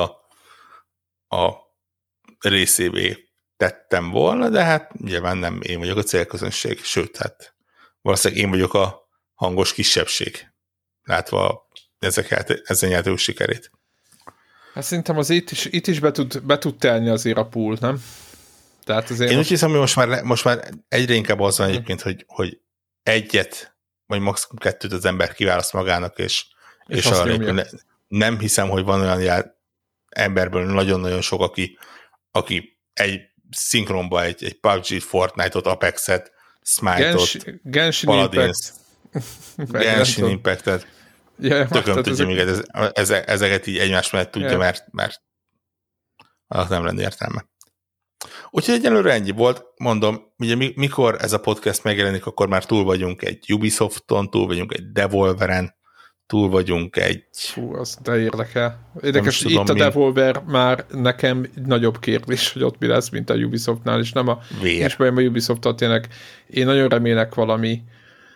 a részévé tettem volna, de hát nyilván nem én vagyok a célközönség, sőt, hát valószínűleg én vagyok a hangos kisebbség, látva ezen játékos sikerét. Hát szerintem az itt is be tud telni azért a pool, nem? Tehát azért én úgy hiszem, hogy most már egyre inkább az van egyébként, hogy egyet, vagy maximum kettőt az ember kiválaszt magának, és arra nem hiszem, hogy van olyan emberből nagyon-nagyon sok, aki egy szinkronba egy PUBG, Fortnite-ot, Apex-et, Smite-ot, Paladins, Genshin Impact-et, tököm tudja még ezeket így egymás mellett tudja, mert annak nem lenne értelme. Úgyhogy egyelőre ennyi volt, mondom, ugye mikor ez a podcast megjelenik, akkor már túl vagyunk egy Ubisofton, túl vagyunk egy Devolveren, túl vagyunk egy... Fú, az de érdekel. Érdekes, hogy itt a Devolver már nekem nagyobb kérdés, hogy ott mi lesz, mint a Ubisoftnál, és nem a Ubisoft-tal tényleg. Én nagyon remélek valami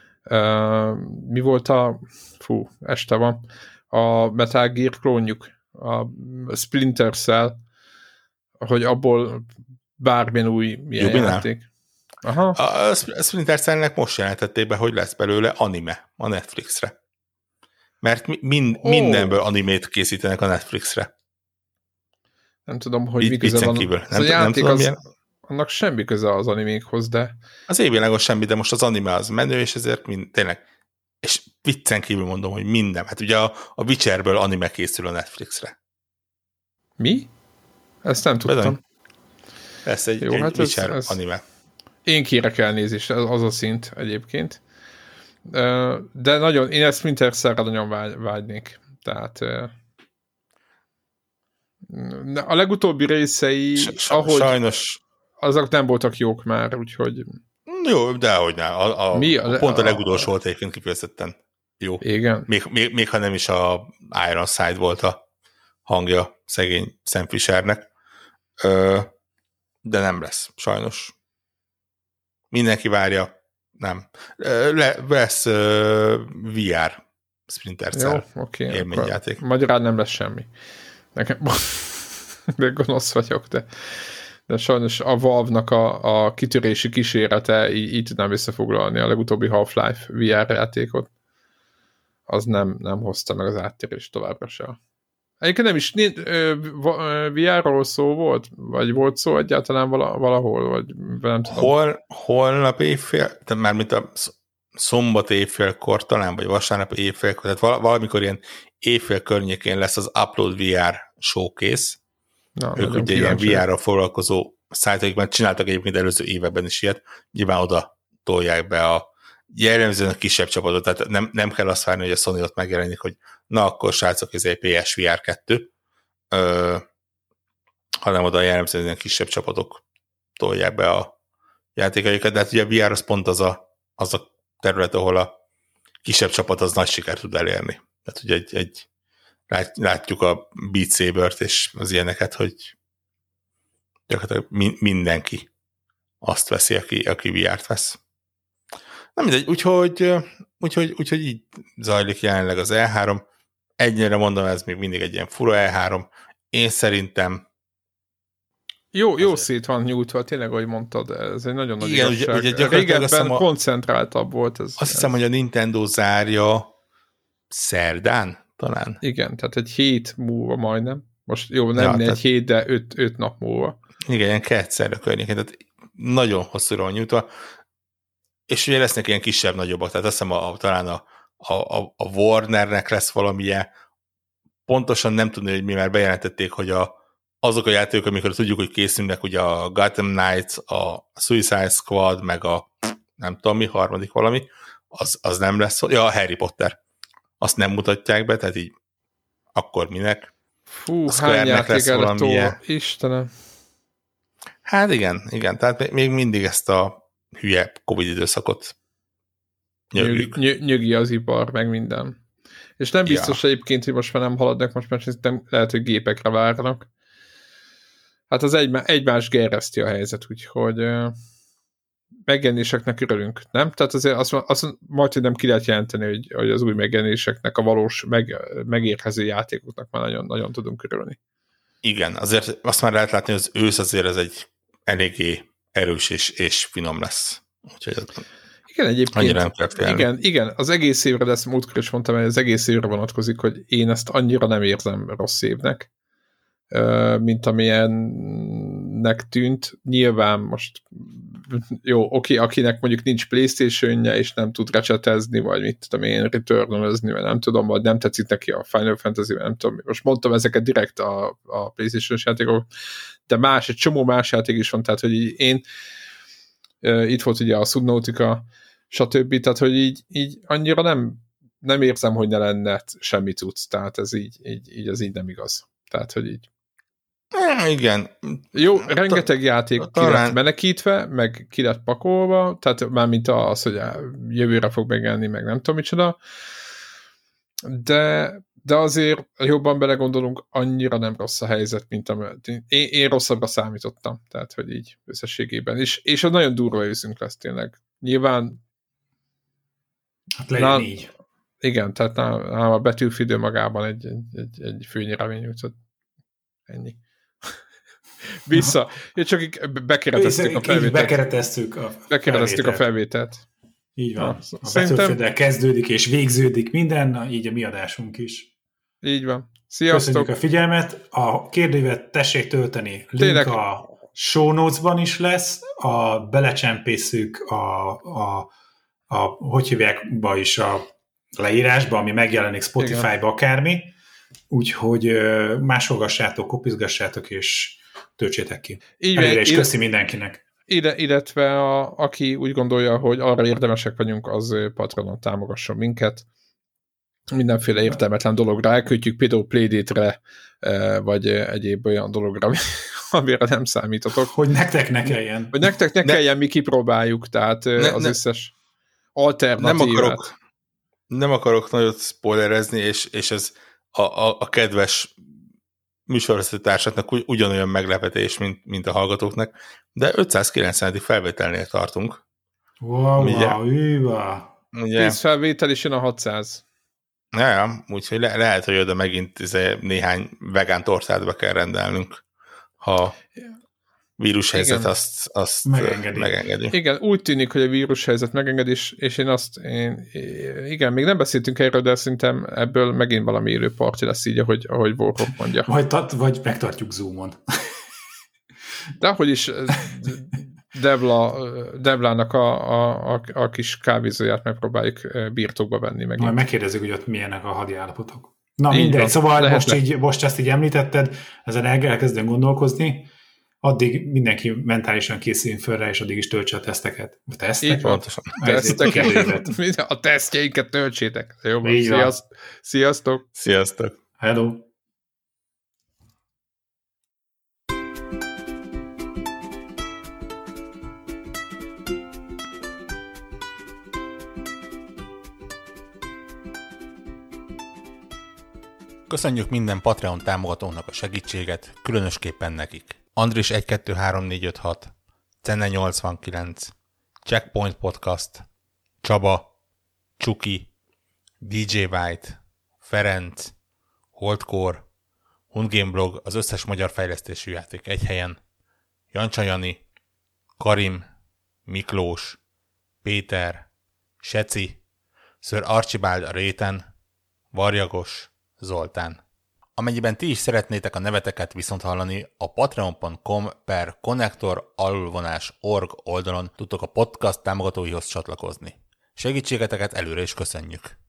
mi volt este van, a Metal Gear klónjuk, a Splinter Cell, hogy abból bármilyen új milyen játék. Aha. A Splinter Cell-nek most jelentették be, hogy lesz belőle anime a Netflixre. Mert mindenből animét készítenek a Netflixre. Nem tudom, hogy mi köze van. Az a játék annak semmi köze az animékhoz, de... Az évvilágos semmi, de most az anime az menő, és ezért tényleg, és viccen kívül mondom, hogy minden. Hát ugye a Witcherből anime készül a Netflixre. Mi? Ezt nem tudtam. Bedony. Ez egy Witcher anime. Én kérek elnézést, az a szint egyébként. De nagyon, én ezt Splinter Cell-re nagyon vágynék. Tehát a legutóbbi részei, ahogy sajnos azok nem voltak jók már, úgyhogy... Jó, dehogy nem. Pont a legutolsó volt egyébként kifejezetten jó. Igen. Még ha nem is a Ironside volt a hangja szegény Sam Fishernek. De nem lesz, sajnos. Mindenki várja. Nem. Lesz VR Splinter Cell élményjáték. Magyarán nem lesz semmi. Nekem de gonosz vagyok, de sajnos a Valve-nak a kitörési kísérlete így tudnám összefoglalni a legutóbbi Half-Life VR játékot. Az nem hozta meg az áttérést továbbra se. Egyébként nem is VR-ról szó volt? Vagy volt szó egyáltalán valahol? Vagy nem tudom. Holnap évfél, mármint a szombat évfélkor talán, vagy vasárnap évfélkor, tehát valamikor ilyen évfél környékén lesz az Upload VR showcase. Ők ugye ilyen VR-ra foglalkozó szájtokban csináltak egyébként előző években is ilyet, nyilván oda tolják be a jellemzően a kisebb csapatot, tehát nem kell azt várni, hogy a Sony ott megjelenik, hogy na akkor srácok, ez egy PSVR 2, hanem oda jellemzően a kisebb csapatok tolják be a játékaikat, de hát ugye a VR az pont az a terület, ahol a kisebb csapat az nagy sikert tud elérni. Tehát ugye látjuk a Beat Sabert és az ilyeneket, hogy gyakorlatilag mindenki azt veszi, aki VR-t vesz. Nem mindegy, úgyhogy így zajlik jelenleg az E3. Egyre mondom, ez még mindig egy ilyen fura E3. Én szerintem jó szét van nyújtva, tényleg, ahogy mondtad, ez egy nagyon nagy igazság. Ugye régebben koncentráltabb volt ez. Azt hiszem, hogy a Nintendo zárja szerdán talán. Igen, tehát egy hét múlva majdnem. Most jó, nem egy hét, de 5 nap múlva. Igen, ilyen kettszerre környékén, tehát nagyon hosszúra van nyújtva. És ugye lesznek ilyen kisebb-nagyobbak, tehát azt hiszem talán a Warnernek lesz valamilyen, pontosan nem tudni, hogy mi már bejelentették, hogy azok a játékok, amikor tudjuk, hogy készülnek, ugye a Gotham Knights, a Suicide Squad, meg a nem tudom mi, harmadik valami, az nem lesz, ja, a Harry Potter. Azt nem mutatják be, tehát így akkor minek? Fú, hány játék előtt Istenem. Hát igen, tehát még mindig ezt a hülye Covid időszakot nyögi az ipar, meg minden. És nem biztos egyébként, hogy most már nem haladnak, most már szerintem lehet, hogy gépekre várnak. Hát az egymás gerjeszti a helyzet, úgyhogy megjelenéseknek örülünk, nem? Tehát azért azt majd, hogy nem ki lehet jelenteni, hogy az új megjelenéseknek, a valós megérkező játékoknak már nagyon, nagyon tudunk örülni. Igen, azért azt már lehet látni, hogy az ősz azért ez egy eléggé erős és finom lesz. Úgyhogy igen, egyébként, igen, az egész évre, de ezt múltkor is mondtam, hogy az egész évre vonatkozik, hogy én ezt annyira nem érzem rossz évnek, mint amilyennek tűnt. Nyilván most jó, oké, akinek mondjuk nincs PlayStation-je, és nem tud recsetezni, vagy mit tudom én, return-özni, vagy nem tudom, vagy nem tetszik neki a Final Fantasy, vagy nem tudom. Most mondtam ezeket direkt a PlayStation-os játékok, de egy csomó más játék is van, tehát, hogy én itt volt ugye a Subnautica, stb. Tehát, hogy így annyira nem érzem, hogy ne lenne semmi tudsz, tehát ez így nem igaz. Tehát, hogy így. Igen. Jó, rengeteg játék ki lett menekítve, meg ki lett pakolva, tehát mármint az, hogy jövőre fog megjelenni, meg nem tudom micsoda, de azért jobban belegondolunk, annyira nem rossz a helyzet, mint én rosszabbra számítottam, tehát, hogy így összességében. És az nagyon durva őszünk lesz tényleg. Nyilván hát legyen így. Igen, tehát nálam a Battlefield magában egy főnyeremény úgyhogy ennyi. Vissza. Én csak bekereteztük a felvételt. Bekereteztük a felvételt. Így van. A Battlefield-del kezdődik és végződik minden, így a mi adásunk is. Így van. Sziasztok! Köszönjük a figyelmet. A kérdőívet tessék tölteni. Link tényleg a show notes-ban is lesz. Belecsempészük hogy hívják is a leírásba, ami megjelenik Spotify-ba akármi. Úgyhogy másolgassátok, kopizgassátok, és töltsétek ki. Előre is köszi mindenkinek. Illetve aki úgy gondolja, hogy arra érdemesek vagyunk, az Patronon támogasson minket. Mindenféle értelmetlen dologra elkötjük, például Playdate-re, vagy egyéb olyan dologra, amire nem számítotok. Hogy nektek ne kelljen. Hogy nektek ne kelljen, mi kipróbáljuk, tehát az összes alternatívát. Nem akarok nagyot spoilerezni, és ez a kedves műsorvezetőtársaknak ugyanolyan meglepetés, mint a hallgatóknak, de 590. felvételnél tartunk. Wow. 10 felvétel is jön a 600. Ja, úgyhogy lehet, hogy oda megint néhány vegán tortát be kell rendelnünk, ha vírushelyzet azt megengedi. Igen, úgy tűnik, hogy a vírushelyzet megengedi, és igen, még nem beszéltünk erről, de szerintem ebből megint valami élő parti lesz így, ahogy Warhawk mondja. Vagy megtartjuk Zoomon. De ahogy is Devlának a kis kávézóját megpróbáljuk birtokba venni megint. Majd megkérdezzük, hogy ott milyenek a hadi állapotok. Na mindegy, szóval most ezt így említetted, ezen elkezdem gondolkozni, addig mindenki mentálisan készüljön föl rá, és addig is töltse a teszteket. A teszteket? Pontosan. A tesztjeinket töltsétek. Jó, sziasztok! Sziasztok! Hello! Köszönjük minden Patreon támogatónak a segítséget, különösképpen nekik. Andris 123456, Cenne 89, Checkpoint Podcast, Csaba, Csuki, DJ White, Ferenc, Holdcore, Hundgame Blog, az összes magyar fejlesztésű játék egy helyen, Jancsa Jani, Karim, Miklós, Péter, Seci, Sir Archibald a réten, Varjagos, Zoltán. Amennyiben ti is szeretnétek a neveteket viszont hallani, a patreon.com/connector_org oldalon tudtok a podcast támogatóihoz csatlakozni. Segítségeteket előre is köszönjük!